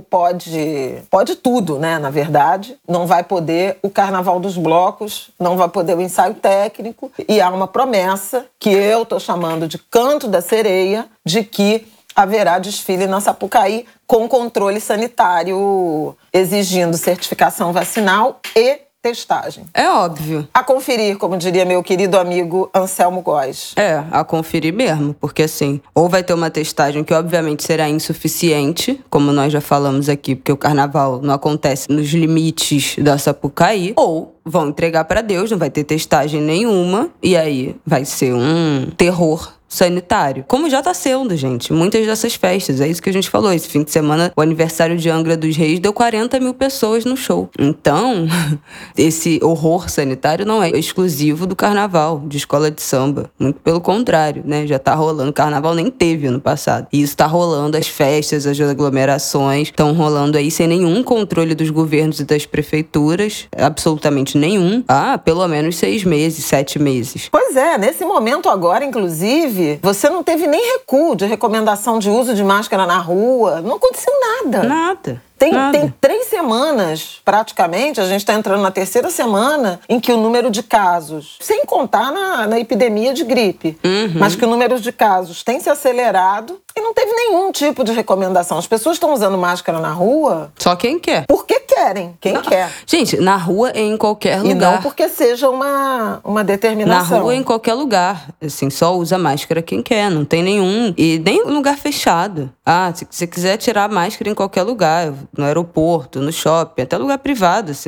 pode tudo, né, na verdade. Não vai poder o Carnaval dos Blocos, não vai poder o ensaio técnico. E há uma promessa, que eu estou chamando de Canto da Sereia, de que haverá desfile na Sapucaí com controle sanitário, exigindo certificação vacinal e testagem. É óbvio. A conferir, como diria meu querido amigo Anselmo Góes. A conferir mesmo, porque assim, ou vai ter uma testagem que obviamente será insuficiente, como nós já falamos aqui, porque o carnaval não acontece nos limites da Sapucaí, ou vão entregar pra Deus, não vai ter testagem nenhuma, e aí vai ser um terror sanitário. Como já tá sendo, gente. Muitas dessas festas. É isso que a gente falou. Esse fim de semana, o aniversário de Angra dos Reis deu 40 mil pessoas no show. Então, esse horror sanitário não é exclusivo do carnaval, de escola de samba. Muito pelo contrário, né? Já tá rolando. O carnaval nem teve ano passado. E isso tá rolando. As festas, as aglomerações estão rolando aí sem nenhum controle dos governos e das prefeituras. Absolutamente nenhum. Há pelo menos 6 meses, 7 meses. Pois é. Nesse momento agora, inclusive, você não teve nem recuo de recomendação de uso de máscara na rua. Não aconteceu nada. Nada. Tem 3 semanas, praticamente, a gente está entrando na 3ª semana, em que o número de casos, sem contar na epidemia de gripe, mas que o número de casos tem se acelerado e não teve nenhum tipo de recomendação. As pessoas estão usando máscara na rua... Só quem quer. Porque querem, quem quer. Gente, na rua é em qualquer lugar. E não porque seja uma determinação. Na rua é em qualquer lugar. Assim, só usa máscara quem quer, não tem nenhum... E nem lugar fechado. Se você quiser tirar a máscara em qualquer lugar, no aeroporto, no shopping, até lugar privado, assim,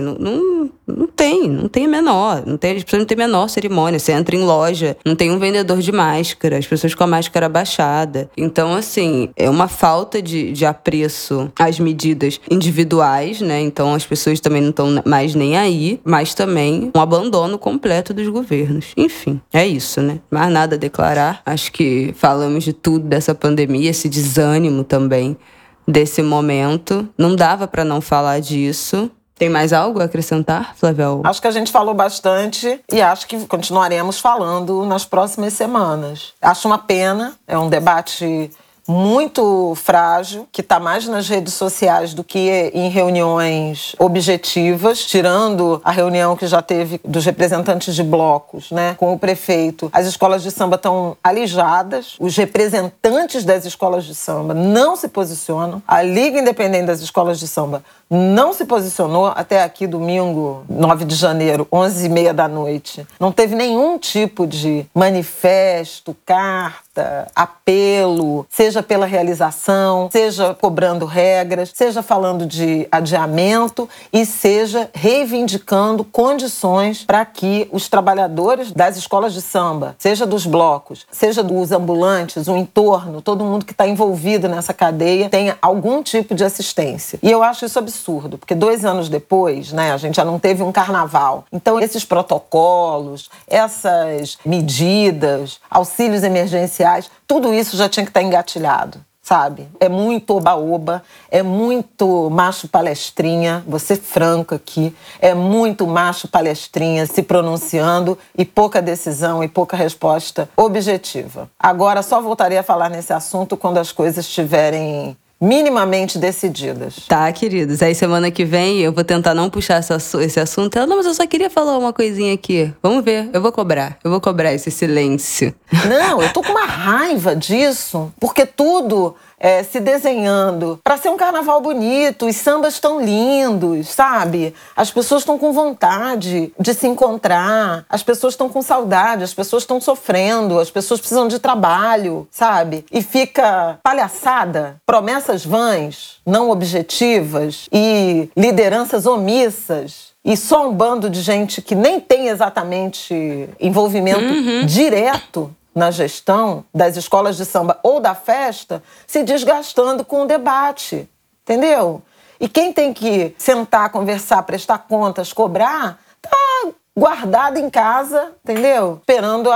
não tem menor. As pessoas não têm menor cerimônia. Você entra em loja, não tem um vendedor de máscara, as pessoas com a máscara abaixada. Então, assim, é uma falta de apreço às medidas individuais, né? Então, as pessoas também não estão mais nem aí, mas também um abandono completo dos governos. Enfim, é isso, né? Mais nada a declarar. Acho que falamos de tudo dessa pandemia, esse desânimo também desse momento. Não dava para não falar disso. Tem mais algo a acrescentar, Flávia? Acho que a gente falou bastante e acho que continuaremos falando nas próximas semanas. Acho uma pena, é um debate muito frágil, que está mais nas redes sociais do que em reuniões objetivas, tirando a reunião que já teve dos representantes de blocos, né, com o prefeito. As escolas de samba estão alijadas, os representantes das escolas de samba não se posicionam, a Liga Independente das Escolas de Samba não se posicionou até aqui domingo, 9 de janeiro, 11h30 da noite. Não teve nenhum tipo de manifesto, carta, apelo, seja pela realização, seja cobrando regras, seja falando de adiamento e seja reivindicando condições para que os trabalhadores das escolas de samba, seja dos blocos, seja dos ambulantes, o entorno, todo mundo que está envolvido nessa cadeia, tenha algum tipo de assistência. E eu acho isso absurdo, porque 2 anos depois, né, a gente já não teve um carnaval. Então, esses protocolos, essas medidas, auxílios emergenciais, tudo isso já tinha que estar engatilhado, sabe? É muito oba-oba, é muito macho palestrinha, vou ser franco aqui, é muito macho palestrinha se pronunciando e pouca decisão e pouca resposta objetiva. Agora, só voltarei a falar nesse assunto quando as coisas estiverem minimamente decididas. Tá, queridos. Aí semana que vem eu vou tentar não puxar esse assunto. Ela, não, mas eu só queria falar uma coisinha aqui. Vamos ver, eu vou cobrar esse silêncio. Não, eu tô com uma raiva disso, porque tudo se desenhando para ser um carnaval bonito, os sambas estão lindos, sabe? As pessoas estão com vontade de se encontrar, as pessoas estão com saudade, as pessoas estão sofrendo, as pessoas precisam de trabalho, sabe? E fica palhaçada, promessas vãs, não objetivas e lideranças omissas. E só um bando de gente que nem tem exatamente envolvimento direto na gestão das escolas de samba ou da festa, se desgastando com o debate, entendeu? E quem tem que sentar, conversar, prestar contas, cobrar, tá guardado em casa, entendeu? Esperando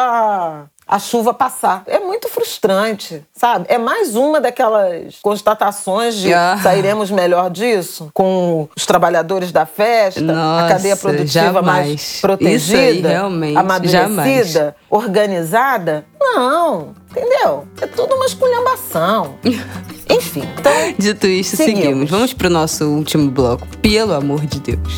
a chuva passar. É muito frustrante, sabe? É mais uma daquelas constatações de sairemos melhor disso, com os trabalhadores da festa, nossa, a cadeia produtiva mais protegida, amadurecida, organizada. Não, entendeu? É tudo uma esculhambação. Enfim, então... Dito isso, seguimos. Vamos pro nosso último bloco. Pelo amor de Deus.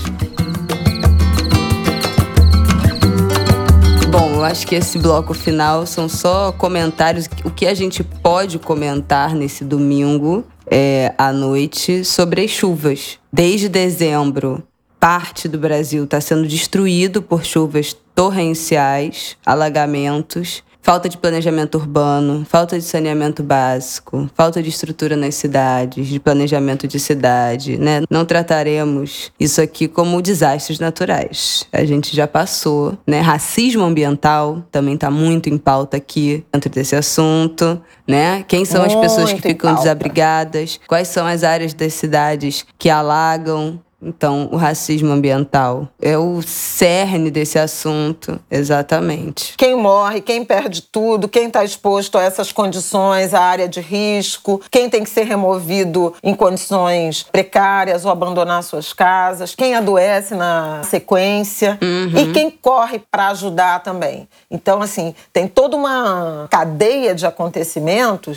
Bom, eu acho que esse bloco final são só comentários, o que a gente pode comentar nesse domingo à noite sobre as chuvas. Desde dezembro, parte do Brasil está sendo destruído por chuvas torrenciais, alagamentos, falta de planejamento urbano, falta de saneamento básico, falta de estrutura nas cidades, de planejamento de cidade, né? Não trataremos isso aqui como desastres naturais. A gente já passou, né? Racismo ambiental também está muito em pauta aqui dentro desse assunto, né? Quem são as pessoas que ficam desabrigadas? Quais são as áreas das cidades que alagam? Então, o racismo ambiental é o cerne desse assunto, exatamente. Quem morre, quem perde tudo, quem está exposto a essas condições, a área de risco, quem tem que ser removido em condições precárias ou abandonar suas casas, quem adoece na sequência e quem corre para ajudar também. Então, assim, tem toda uma cadeia de acontecimentos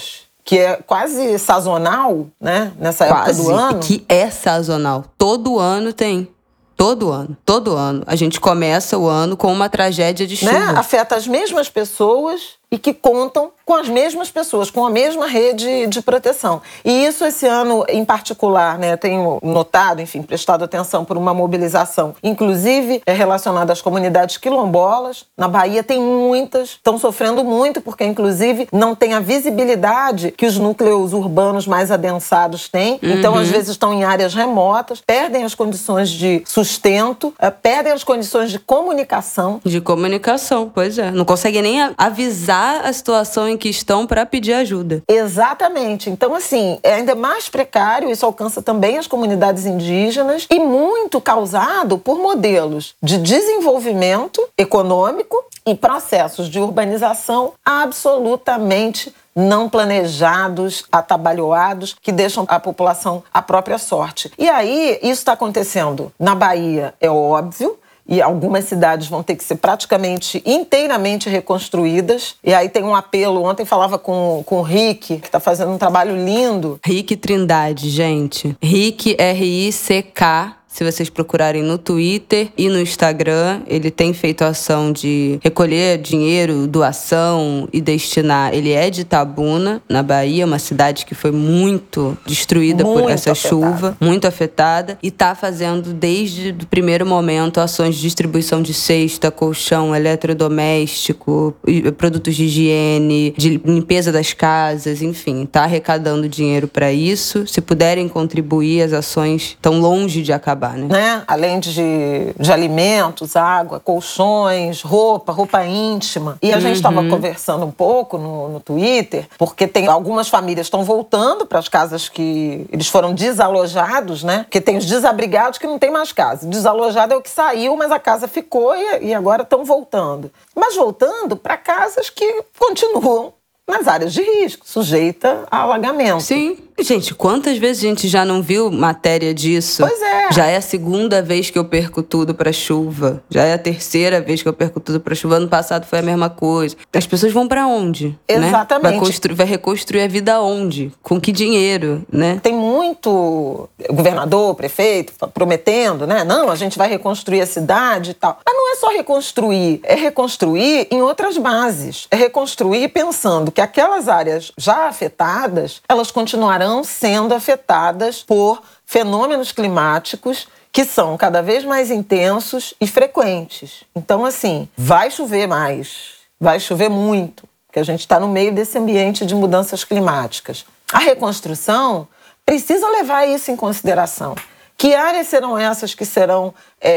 que é quase sazonal, né? Nessa época do ano. Que é sazonal. Todo ano tem. Todo ano. A gente começa o ano com uma tragédia de chuva. Né? Afeta as mesmas pessoas e que contam com as mesmas pessoas, com a mesma rede de proteção. E isso, esse ano em particular, né, tenho notado, enfim, prestado atenção por uma mobilização, inclusive relacionada às comunidades quilombolas. Na Bahia tem muitas, estão sofrendo muito, porque inclusive não tem a visibilidade que os núcleos urbanos mais adensados têm. Então, às vezes, estão em áreas remotas, perdem as condições de sustento, perdem as condições de comunicação. De comunicação, pois é. Não conseguem nem avisar a situação em que estão para pedir ajuda. Exatamente. Então, assim, é ainda mais precário, isso alcança também as comunidades indígenas e muito causado por modelos de desenvolvimento econômico e processos de urbanização absolutamente não planejados, atabalhoados, que deixam a população à própria sorte. E aí, isso está acontecendo na Bahia, é óbvio, e algumas cidades vão ter que ser praticamente inteiramente reconstruídas. E aí tem um apelo, ontem falava com o Rick, que está fazendo um trabalho lindo. Rick Trindade, gente. Rick, R-I-C-K. Se vocês procurarem no Twitter e no Instagram, ele tem feito ação de recolher dinheiro, doação e destinar. Ele é de Itabuna, na Bahia, uma cidade que foi muito destruída por essa chuva, muito afetada. E está fazendo, desde o primeiro momento, ações de distribuição de cesta, colchão, eletrodoméstico, produtos de higiene, de limpeza das casas, enfim. Está arrecadando dinheiro para isso. Se puderem contribuir, as ações estão longe de acabar. Né? Além de alimentos, água, colchões, roupa íntima. E a gente estava conversando um pouco no Twitter, porque tem algumas famílias estão voltando para as casas que eles foram desalojados, né? Porque tem os desabrigados que não tem mais casa. Desalojado é o que saiu, mas a casa ficou e agora estão voltando. Mas voltando para casas que continuam nas áreas de risco, sujeita a alagamento. Sim. Gente, quantas vezes a gente já não viu matéria disso? Pois é. Já é a segunda vez que eu perco tudo pra chuva. Já é a terceira vez que eu perco tudo pra chuva. Ano passado foi a mesma coisa. As pessoas vão pra onde? Exatamente. Né? Vai reconstruir a vida onde? Com que dinheiro, né? Tem muito governador, prefeito prometendo, né? Não, a gente vai reconstruir a cidade e tal. Mas não é só reconstruir. É reconstruir em outras bases. É reconstruir pensando que aquelas áreas já afetadas, elas continuarão sendo afetadas por fenômenos climáticos que são cada vez mais intensos e frequentes. Então, assim, vai chover mais, vai chover muito, porque a gente está no meio desse ambiente de mudanças climáticas. A reconstrução precisa levar isso em consideração. Que áreas serão essas que serão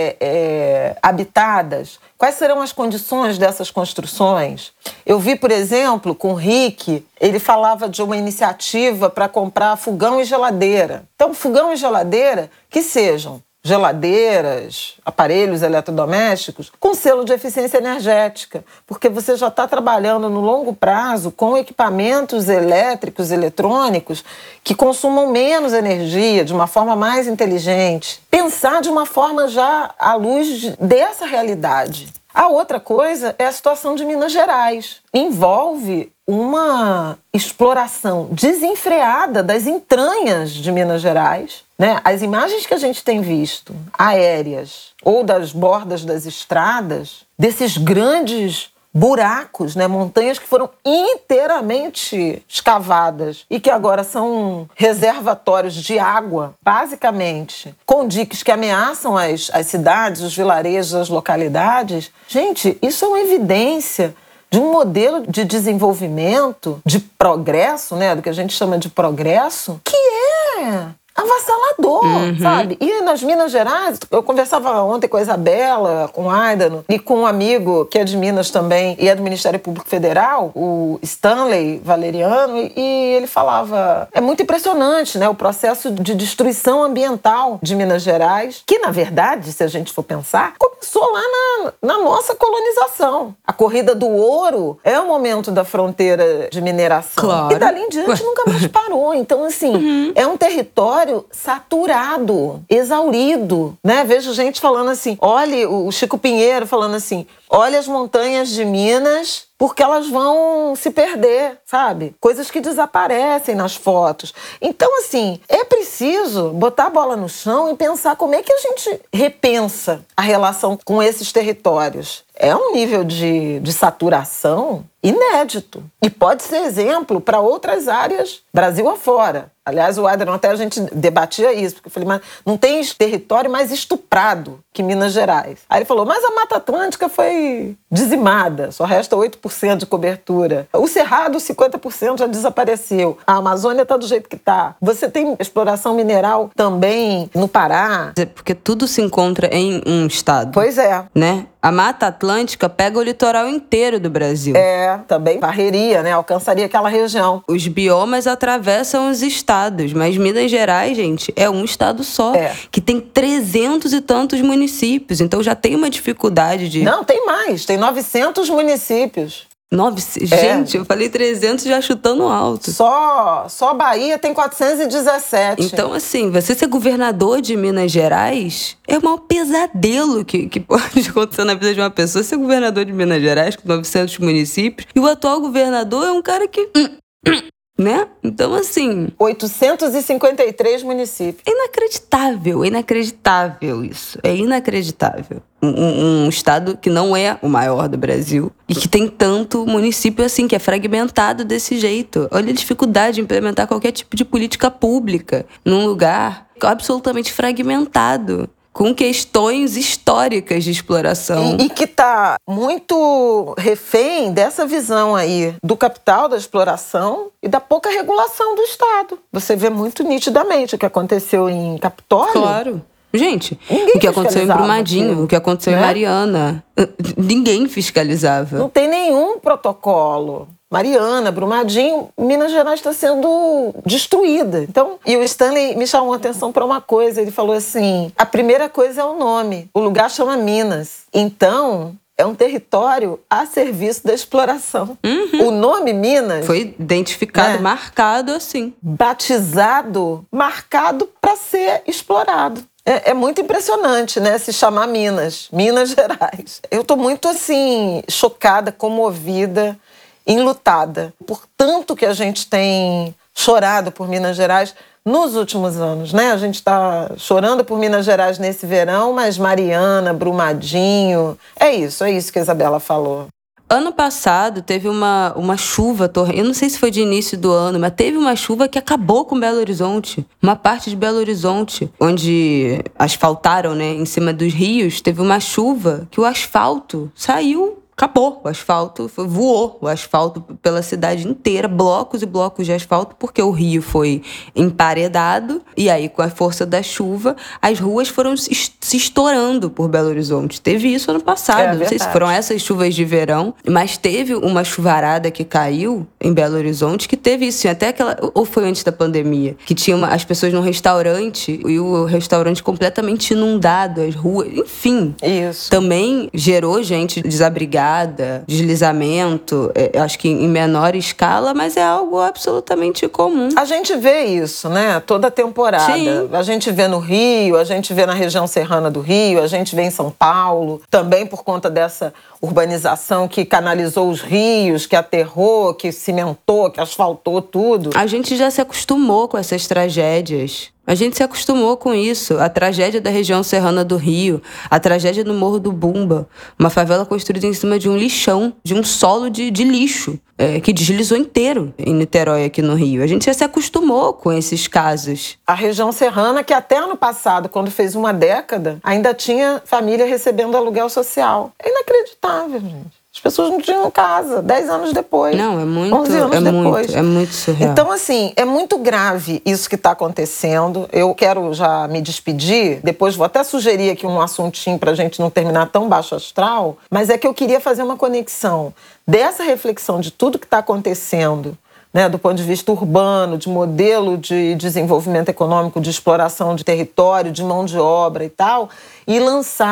habitadas? Quais serão as condições dessas construções? Eu vi, por exemplo, com o Rick, ele falava de uma iniciativa para comprar fogão e geladeira. Então, fogão e geladeira que sejam geladeiras, aparelhos eletrodomésticos, com selo de eficiência energética, porque você já está trabalhando no longo prazo com equipamentos elétricos, eletrônicos, que consumam menos energia, de uma forma mais inteligente. Pensar de uma forma já à luz dessa realidade. A outra coisa é a situação de Minas Gerais. Envolve uma exploração desenfreada das entranhas de Minas Gerais, né? As imagens que a gente tem visto, aéreas ou das bordas das estradas, desses grandes buracos, né? Montanhas que foram inteiramente escavadas e que agora são reservatórios de água, basicamente, com diques que ameaçam as cidades, os vilarejos, as localidades. Gente, isso é uma evidência de um modelo de desenvolvimento, de progresso, né? Do que a gente chama de progresso, que é avassalador, sabe? E nas Minas Gerais, eu conversava ontem com a Isabela, com o Aidano e com um amigo que é de Minas também e é do Ministério Público Federal, o Stanley Valeriano, e ele falava, é muito impressionante, né? O processo de destruição ambiental de Minas Gerais, que na verdade, se a gente for pensar, começou lá na nossa colonização. A corrida do ouro é o momento da fronteira de mineração. Claro. E dali em diante nunca mais parou. Então, assim, é um território saturado, exaurido, né? Vejo gente falando assim, olha, o Chico Pinheiro falando assim, olha as montanhas de Minas porque elas vão se perder, sabe? Coisas que desaparecem nas fotos. Então, assim, é preciso botar a bola no chão e pensar como é que a gente repensa a relação com esses territórios. É um nível de saturação inédito. E pode ser exemplo para outras áreas, Brasil afora. Aliás, o Adriano, até a gente debatia isso, porque eu falei, mas não tem território mais estuprado que Minas Gerais. Aí ele falou, mas a Mata Atlântica foi dizimada, só resta 8% de cobertura. O Cerrado, 50% já desapareceu. A Amazônia está do jeito que está. Você tem exploração mineral também no Pará. Porque tudo se encontra em um estado. Pois é. Né? A Mata Atlântica pega o litoral inteiro do Brasil. É, também varreria, né? Alcançaria aquela região. Os biomas atravessam os estados, mas Minas Gerais, gente, é um estado só, que tem 300 e tantos municípios, então já tem uma dificuldade de... Não, tem mais, tem 900 municípios. Gente, eu falei 300 já chutando alto. Só Bahia tem 417. Então, assim, você ser governador de Minas Gerais é o maior pesadelo que pode acontecer na vida de uma pessoa. Ser governador de Minas Gerais com 900 municípios e o atual governador é um cara que... Né? Então, assim... 853 municípios. É inacreditável isso. É inacreditável. Um estado que não é o maior do Brasil e que tem tanto município assim, que é fragmentado desse jeito. Olha a dificuldade de implementar qualquer tipo de política pública num lugar absolutamente fragmentado, com questões históricas de exploração. E que está muito refém dessa visão aí do capital da exploração e da pouca regulação do Estado. Você vê muito nitidamente o que aconteceu em Capitólio. Claro. Gente, o que aconteceu em Brumadinho, o que aconteceu em Mariana, ninguém fiscalizava. Não tem nenhum protocolo. Mariana, Brumadinho, Minas Gerais está sendo destruída. Então, e o Stanley me chamou a atenção para uma coisa. Ele falou assim, a primeira coisa é o nome. O lugar chama Minas. Então, é um território a serviço da exploração. O nome Minas... Foi identificado, marcado assim. Batizado, marcado para ser explorado. É muito impressionante, né? Se chamar Minas Gerais. Eu estou muito, assim, chocada, comovida, enlutada por tanto que a gente tem chorado por Minas Gerais nos últimos anos, né? A gente está chorando por Minas Gerais nesse verão, mas Mariana, Brumadinho... É isso que a Isabela falou. Ano passado teve uma chuva torrencial, eu não sei se foi de início do ano, mas teve uma chuva que acabou com Belo Horizonte. Uma parte de Belo Horizonte, onde asfaltaram, né, em cima dos rios, teve uma chuva que o asfalto saiu. Acabou, o asfalto voou, o asfalto pela cidade inteira, blocos e blocos de asfalto, porque o rio foi emparedado, e aí com a força da chuva, as ruas foram se estourando por Belo Horizonte. Teve isso ano passado, não sei se foram essas chuvas de verão, mas teve uma chuvarada que caiu em Belo Horizonte, que teve isso, até aquela, ou foi antes da pandemia, que tinha as pessoas num restaurante, e o restaurante completamente inundado, as ruas, enfim. Isso. Também gerou gente desabrigada, deslizamento, acho que em menor escala, mas é algo absolutamente comum. A gente vê isso, né? Toda temporada. Sim. A gente vê no Rio, a gente vê na região serrana do Rio, a gente vê em São Paulo, também por conta dessa urbanização que canalizou os rios, que aterrou, que cimentou, que asfaltou tudo. A gente já se acostumou com essas tragédias. A gente se acostumou com isso. A tragédia da região serrana do Rio, a tragédia no Morro do Bumba, uma favela construída em cima de um lixão, de um solo de lixo, que deslizou inteiro em Niterói, aqui no Rio. A gente já se acostumou com esses casos. A região serrana, que até ano passado, quando fez uma década, ainda tinha família recebendo aluguel social. É inacreditável, gente. As pessoas não tinham casa 10 anos depois. Não, é muito, 11 anos depois. É muito surreal. Então, assim, é muito grave isso que está acontecendo. Eu quero já me despedir. Depois vou até sugerir aqui um assuntinho para a gente não terminar tão baixo astral. Mas é que eu queria fazer uma conexão dessa reflexão de tudo que está acontecendo, né, do ponto de vista urbano, de modelo de desenvolvimento econômico, de exploração de território, de mão de obra e tal, e lançar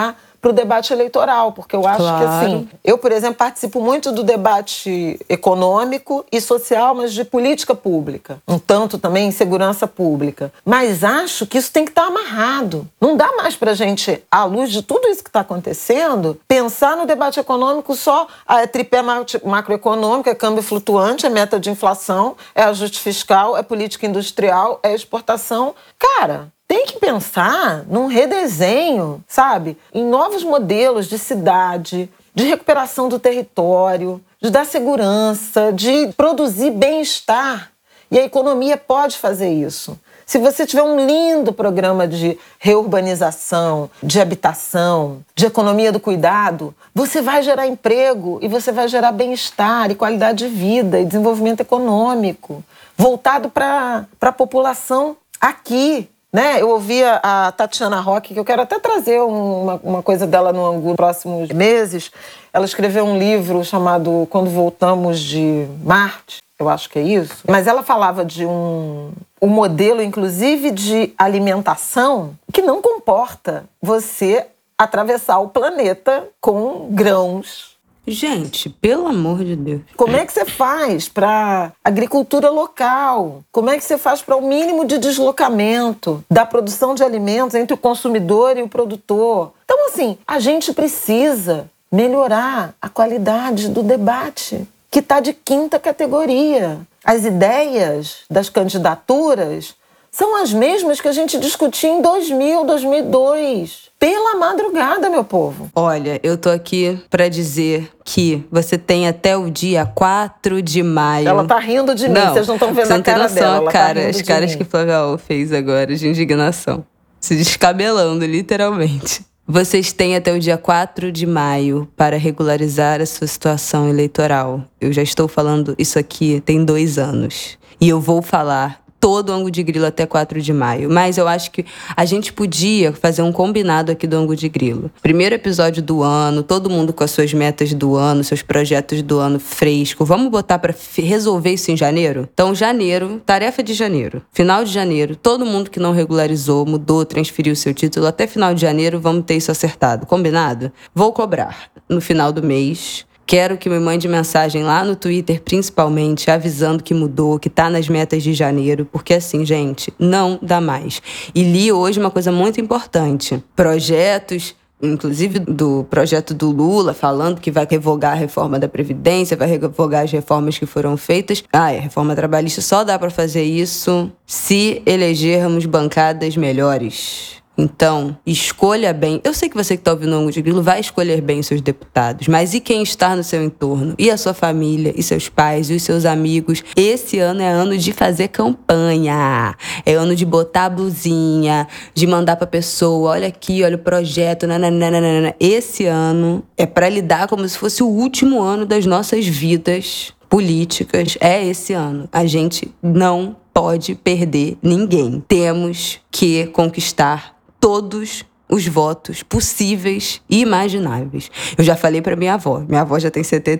para o debate eleitoral, porque eu acho que, assim, eu, por exemplo, participo muito do debate econômico e social, mas de política pública, um tanto também em segurança pública. Mas acho que isso tem que estar amarrado. Não dá mais para a gente, à luz de tudo isso que está acontecendo, pensar no debate econômico só é tripé macroeconômico, é câmbio flutuante, é meta de inflação, é ajuste fiscal, é política industrial, é exportação. Cara, tem que pensar num redesenho, sabe? Em novos modelos de cidade, de recuperação do território, de dar segurança, de produzir bem-estar. E a economia pode fazer isso. Se você tiver um lindo programa de reurbanização, de habitação, de economia do cuidado, você vai gerar emprego e você vai gerar bem-estar e qualidade de vida e desenvolvimento econômico, voltado para a população aqui. Né? Eu ouvi a Tatiana Roque, que eu quero até trazer uma coisa dela no Angu nos próximos meses. Ela escreveu um livro chamado Quando Voltamos de Marte, eu acho que é isso. Mas ela falava de um modelo, inclusive, de alimentação que não comporta você atravessar o planeta com grãos. Gente, pelo amor de Deus. Como é que você faz para agricultura local? Como é que você faz para o mínimo de deslocamento da produção de alimentos entre o consumidor e o produtor? Então, assim, a gente precisa melhorar a qualidade do debate, que está de quinta categoria. As ideias das candidaturas são as mesmas que a gente discutia em 2000, 2002. Pela madrugada, meu povo. Olha, eu tô aqui pra dizer que você tem até o dia 4 de maio. Ela tá rindo de mim, vocês não estão vendo a cara dela. Ela cara, tá as caras que Flávia fez agora de indignação. Se descabelando, literalmente. Vocês têm até o dia 4 de maio para regularizar a sua situação eleitoral. Eu já estou falando isso aqui tem 2 anos. E eu vou falar todo o Angu de Grilo até 4 de maio. Mas eu acho que a gente podia fazer um combinado aqui do Angu de Grilo. Primeiro episódio do ano, todo mundo com as suas metas do ano, seus projetos do ano fresco. Vamos botar pra resolver isso em janeiro? Então, janeiro, tarefa de janeiro. Final de janeiro, todo mundo que não regularizou, mudou, transferiu o seu título, até final de janeiro, vamos ter isso acertado. Combinado? Vou cobrar no final do mês. Quero que me mande mensagem lá no Twitter, principalmente, avisando que mudou, que tá nas metas de janeiro, porque assim, gente, não dá mais. E li hoje uma coisa muito importante. Projetos, inclusive do projeto do Lula, falando que vai revogar a reforma da Previdência, vai revogar as reformas que foram feitas. A reforma trabalhista só dá para fazer isso se elegermos bancadas melhores. Então, escolha bem. Eu sei que você que está ouvindo o Angu de Grilo vai escolher bem os seus deputados, mas e quem está no seu entorno? E a sua família, e seus pais, e os seus amigos? Esse ano é ano de fazer campanha. É ano de botar a blusinha, de mandar pra pessoa, olha aqui, olha o projeto, nananana. Esse ano é para lidar como se fosse o último ano das nossas vidas políticas. É esse ano. A gente não pode perder ninguém. Temos que conquistar todos os votos possíveis e imagináveis. Eu já falei pra minha avó. Minha avó já tem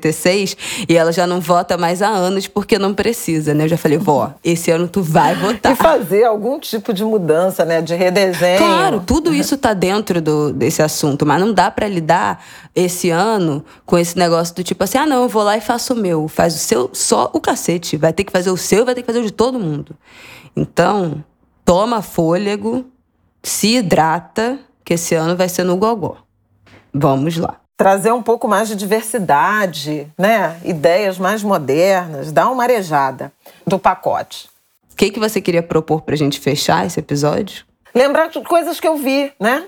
76 e ela já não vota mais há anos porque não precisa, né? Eu já falei, vó, esse ano tu vai votar. E fazer algum tipo de mudança, né? De redesenho. Claro, tudo isso tá dentro desse assunto, mas não dá pra lidar esse ano com esse negócio do tipo assim, não, eu vou lá e faço o meu. Faz o seu, só o cacete. Vai ter que fazer o seu e vai ter que fazer o de todo mundo. Então, toma fôlego, se hidrata, que esse ano vai ser no gogó. Vamos lá. Trazer um pouco mais de diversidade, né? Ideias mais modernas, dar uma arejada do pacote. O que você queria propor pra gente fechar esse episódio? Lembrar de coisas que eu vi, né?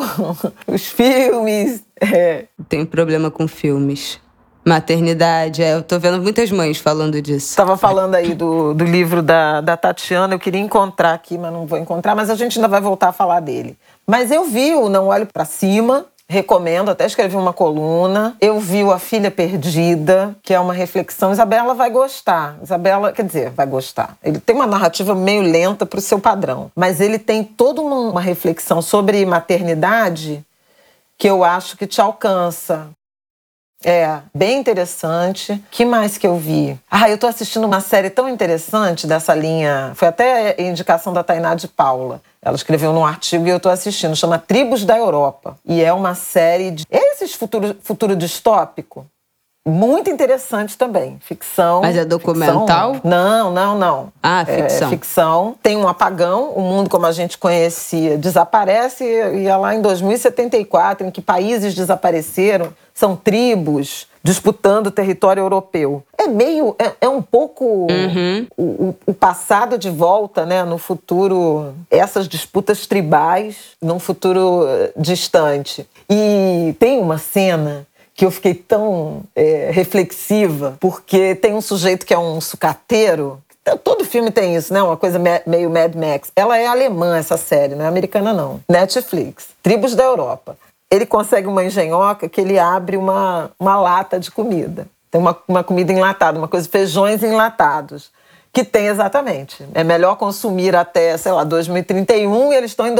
Os filmes. Tenho problema com filmes. Maternidade, eu tô vendo muitas mães falando disso. Estava falando aí do livro da Tatiana, eu queria encontrar aqui, mas não vou encontrar, mas a gente ainda vai voltar a falar dele. Mas eu vi o Não Olho Pra Cima, recomendo, até escrevi uma coluna. Eu vi o A Filha Perdida, que é uma reflexão. Isabela vai gostar. Isabela, quer dizer, vai gostar. Ele tem uma narrativa meio lenta pro seu padrão, mas ele tem toda uma reflexão sobre maternidade que eu acho que te alcança. Bem interessante. Que mais que eu vi? Eu tô assistindo uma série tão interessante dessa linha. Foi até a indicação da Tainá de Paula. Ela escreveu num artigo e eu tô assistindo. Chama Tribos da Europa. E é uma série de... Esses futuro distópico. Muito interessante também. Ficção. Mas é documental? Ficção. Não. Ficção. É ficção. Tem um apagão. O mundo como a gente conhecia desaparece. E é lá em 2074, em que países desapareceram. São tribos disputando o território europeu. É um pouco o passado de volta, né? No futuro, essas disputas tribais, num futuro distante. E tem uma cena que eu fiquei tão reflexiva, porque tem um sujeito que é um sucateiro. Todo filme tem isso, né? Uma coisa meio Mad Max. Ela é alemã, essa série, não é americana, não. Netflix. Tribos da Europa. Ele consegue uma engenhoca que ele abre uma lata de comida. Tem uma comida enlatada, uma coisa, feijões enlatados. Que tem exatamente. É melhor consumir até, 2031 e eles estão em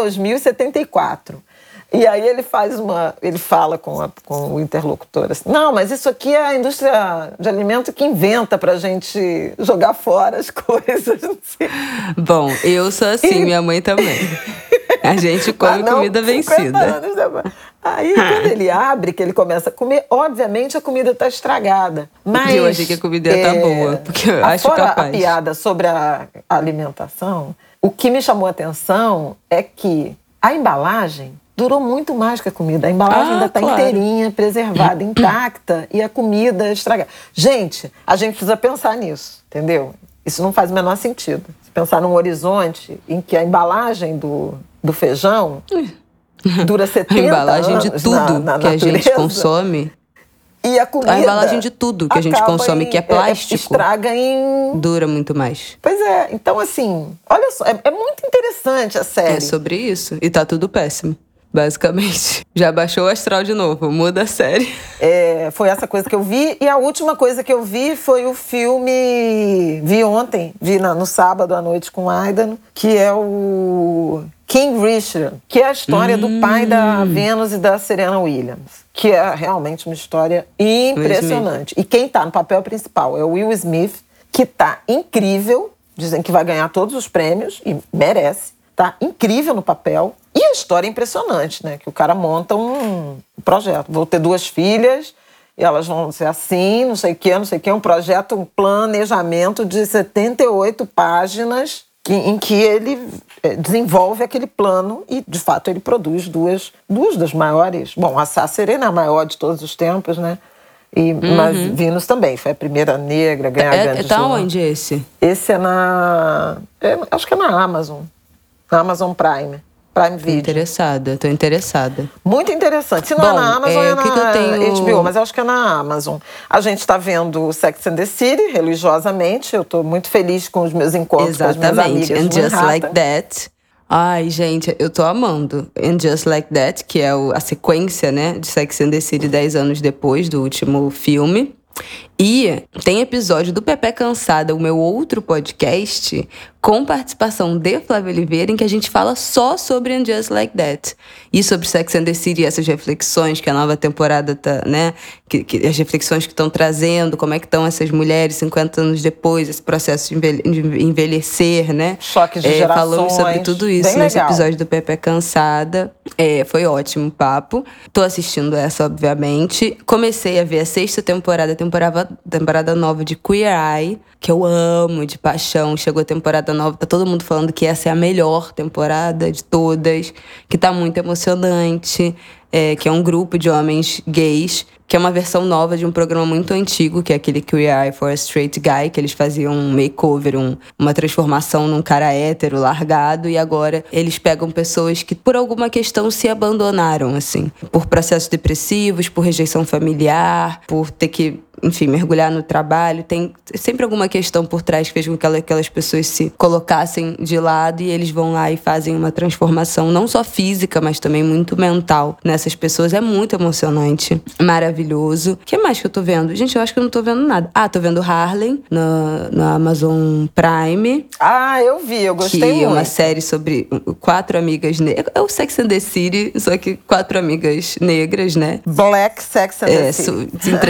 2074. E aí ele fala com o interlocutor assim, não, mas isso aqui é a indústria de alimento que inventa pra gente jogar fora as coisas. Não sei. Bom, eu sou assim, minha mãe também. A gente come comida vencida. Anos depois. Aí, quando ele abre, que ele começa a comer, obviamente a comida está estragada. Mas eu achei que a comida ia estar boa, porque eu acho fora capaz. A piada sobre a alimentação, o que me chamou a atenção é que a embalagem durou muito mais que a comida. A embalagem ainda está inteirinha, preservada, intacta, e a comida estragada. Gente, a gente precisa pensar nisso, entendeu? Isso não faz o menor sentido. Se pensar num horizonte em que a embalagem do feijão dura 70 anos. A embalagem de tudo que a gente consome. E a comida... A embalagem de tudo que a gente consome, que é plástico, estraga dura muito mais. Pois é. Então, assim, olha só, é muito interessante a série. É sobre isso. E tá tudo péssimo. Basicamente. Já baixou o astral de novo. Muda a série. Foi essa coisa que eu vi. E a última coisa que eu vi foi o filme... Vi ontem. Vi no sábado à noite com o Aidan. Que é o King Richard. Que é a história do pai da Venus e da Serena Williams. Que é realmente uma história impressionante. E quem tá no papel principal é o Will Smith. Que tá incrível. Dizem que vai ganhar todos os prêmios. E merece. Tá incrível no papel. E a história é impressionante, né? Que o cara monta um projeto. Vou ter 2 filhas, e elas vão ser assim, não sei o quê. Um projeto, um planejamento de 78 páginas em que ele desenvolve aquele plano e, de fato, ele produz duas das maiores... Bom, a Serena é a maior de todos os tempos, né? Mas Venus também, foi a primeira negra a ganhar grandes Tá onde esse? Esse é acho que é na Amazon. Na Amazon Prime Video. Tô interessada. Muito interessante. Se não é na Amazon, é na HBO, mas eu acho que é na Amazon. A gente está vendo Sex and the City, religiosamente. Eu estou muito feliz com os meus encontros com as minhas amigas. And Just Like That. Ai, gente, eu tô amando. And Just Like That, que é a sequência, né, de Sex and the City 10 anos depois do último filme. E tem episódio do Pepe Cansada, o meu outro podcast, com participação de Flávia Oliveira, em que a gente fala só sobre And Just Like That. E sobre Sex and the City, essas reflexões que a nova temporada tá, né? Que as reflexões que estão trazendo, como é que estão essas mulheres 50 anos depois, esse processo de envelhecer, né? Choque de gerações. Falamos sobre tudo isso nesse episódio do Pepe Cansada. Foi ótimo o papo. Tô assistindo essa, obviamente. Comecei a ver a 6ª temporada nova de Queer Eye, que eu amo de paixão. Chegou a temporada nova, tá todo mundo falando que essa é a melhor temporada de todas, que tá muito emocionante, que é um grupo de homens gays, que é uma versão nova de um programa muito antigo, que é aquele Queer Eye for a Straight Guy, que eles faziam um makeover, uma transformação num cara hétero, largado, e agora eles pegam pessoas que por alguma questão se abandonaram, assim, por processos depressivos, por rejeição familiar, por ter que, enfim, mergulhar no trabalho. Tem sempre alguma questão por trás que fez com que aquelas pessoas se colocassem de lado, e eles vão lá e fazem uma transformação, não só física, mas também muito mental, dessas pessoas é muito emocionante, maravilhoso. O que mais que eu tô vendo? Gente, eu acho que eu não tô vendo nada. Tô vendo Harlem na Amazon Prime. Eu vi, eu gostei muito. Que é uma série sobre 4 amigas negras. É o Sex and the City, só que 4 amigas negras, né? Black Sex and the City.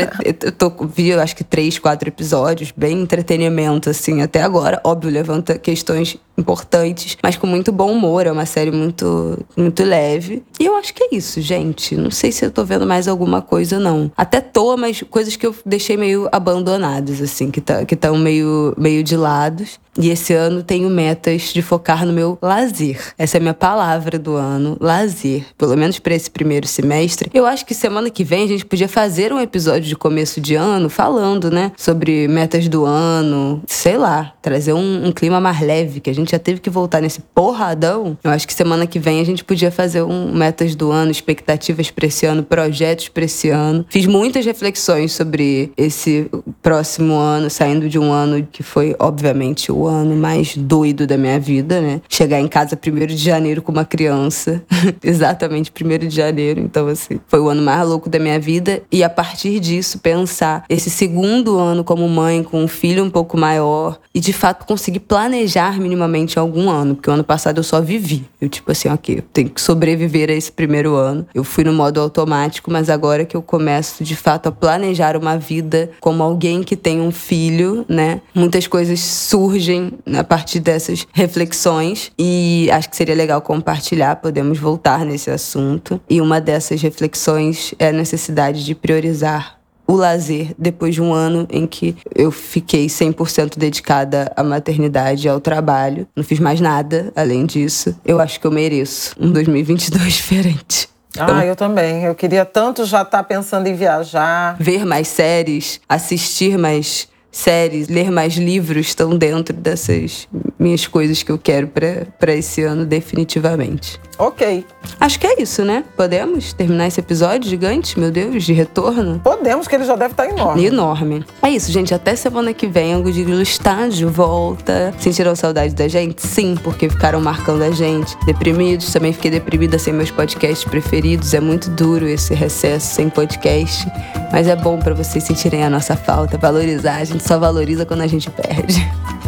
Eu acho que 3, 4 episódios, bem entretenimento, assim, até agora. Óbvio, levanta questões importantes, mas com muito bom humor. É uma série muito, muito leve. E eu acho que é isso, gente. Não sei se eu tô vendo mais alguma coisa, não. Até tô, mas coisas que eu deixei meio abandonadas, assim, que estão meio de lado. E esse ano tenho metas de focar no meu lazer. Essa é a minha palavra do ano, lazer. Pelo menos para esse primeiro semestre. Eu acho que semana que vem a gente podia fazer um episódio de começo de ano falando, né? Sobre metas do ano. Sei lá, trazer um clima mais leve, que a gente já teve que voltar nesse porradão. Eu acho que semana que vem a gente podia fazer um metas do ano, expectativas para esse ano, projetos para esse ano. Fiz muitas reflexões sobre esse próximo ano, saindo de um ano que foi, obviamente, o ano mais doido da minha vida, né? Chegar em casa 1º de janeiro com uma criança. Exatamente, 1º de janeiro. Então, assim, foi o ano mais louco da minha vida. E a partir disso, pensar esse segundo ano como mãe, com um filho um pouco maior. E, de fato, conseguir planejar minimamente algum ano. Porque o ano passado eu só vivi. Eu, tipo assim, ok, eu tenho que sobreviver a esse primeiro ano. Eu fui no modo automático, mas agora que eu começo, de fato, a planejar uma vida como alguém que tem um filho, né? Muitas coisas surgem a partir dessas reflexões e acho que seria legal compartilhar, podemos voltar nesse assunto. E uma dessas reflexões é a necessidade de priorizar o lazer depois de um ano em que eu fiquei 100% dedicada à maternidade e ao trabalho. Não fiz mais nada além disso. Eu acho que eu mereço um 2022 diferente. Eu também. Eu queria tanto já estar pensando em viajar. Ver mais séries, assistir mais séries, ler mais livros estão dentro dessas minhas coisas que eu quero pra esse ano, definitivamente. Ok. Acho que é isso, né? Podemos terminar esse episódio gigante, meu Deus, de retorno? Podemos, que ele já deve estar enorme. Enorme. É isso, gente. Até semana que vem, o Good Grilo está de volta. Sentiram saudade da gente? Sim, porque ficaram marcando a gente. Deprimidos, também fiquei deprimida sem meus podcasts preferidos. É muito duro esse recesso sem podcast. Mas é bom pra vocês sentirem a nossa falta, valorizar. A gente só valoriza quando a gente perde.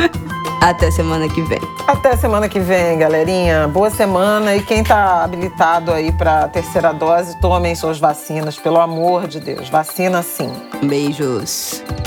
Até semana que vem. Até semana que vem, galerinha. Boa semana. E quem tá habilitado aí pra terceira dose, tomem suas vacinas, pelo amor de Deus. Vacina sim. Beijos.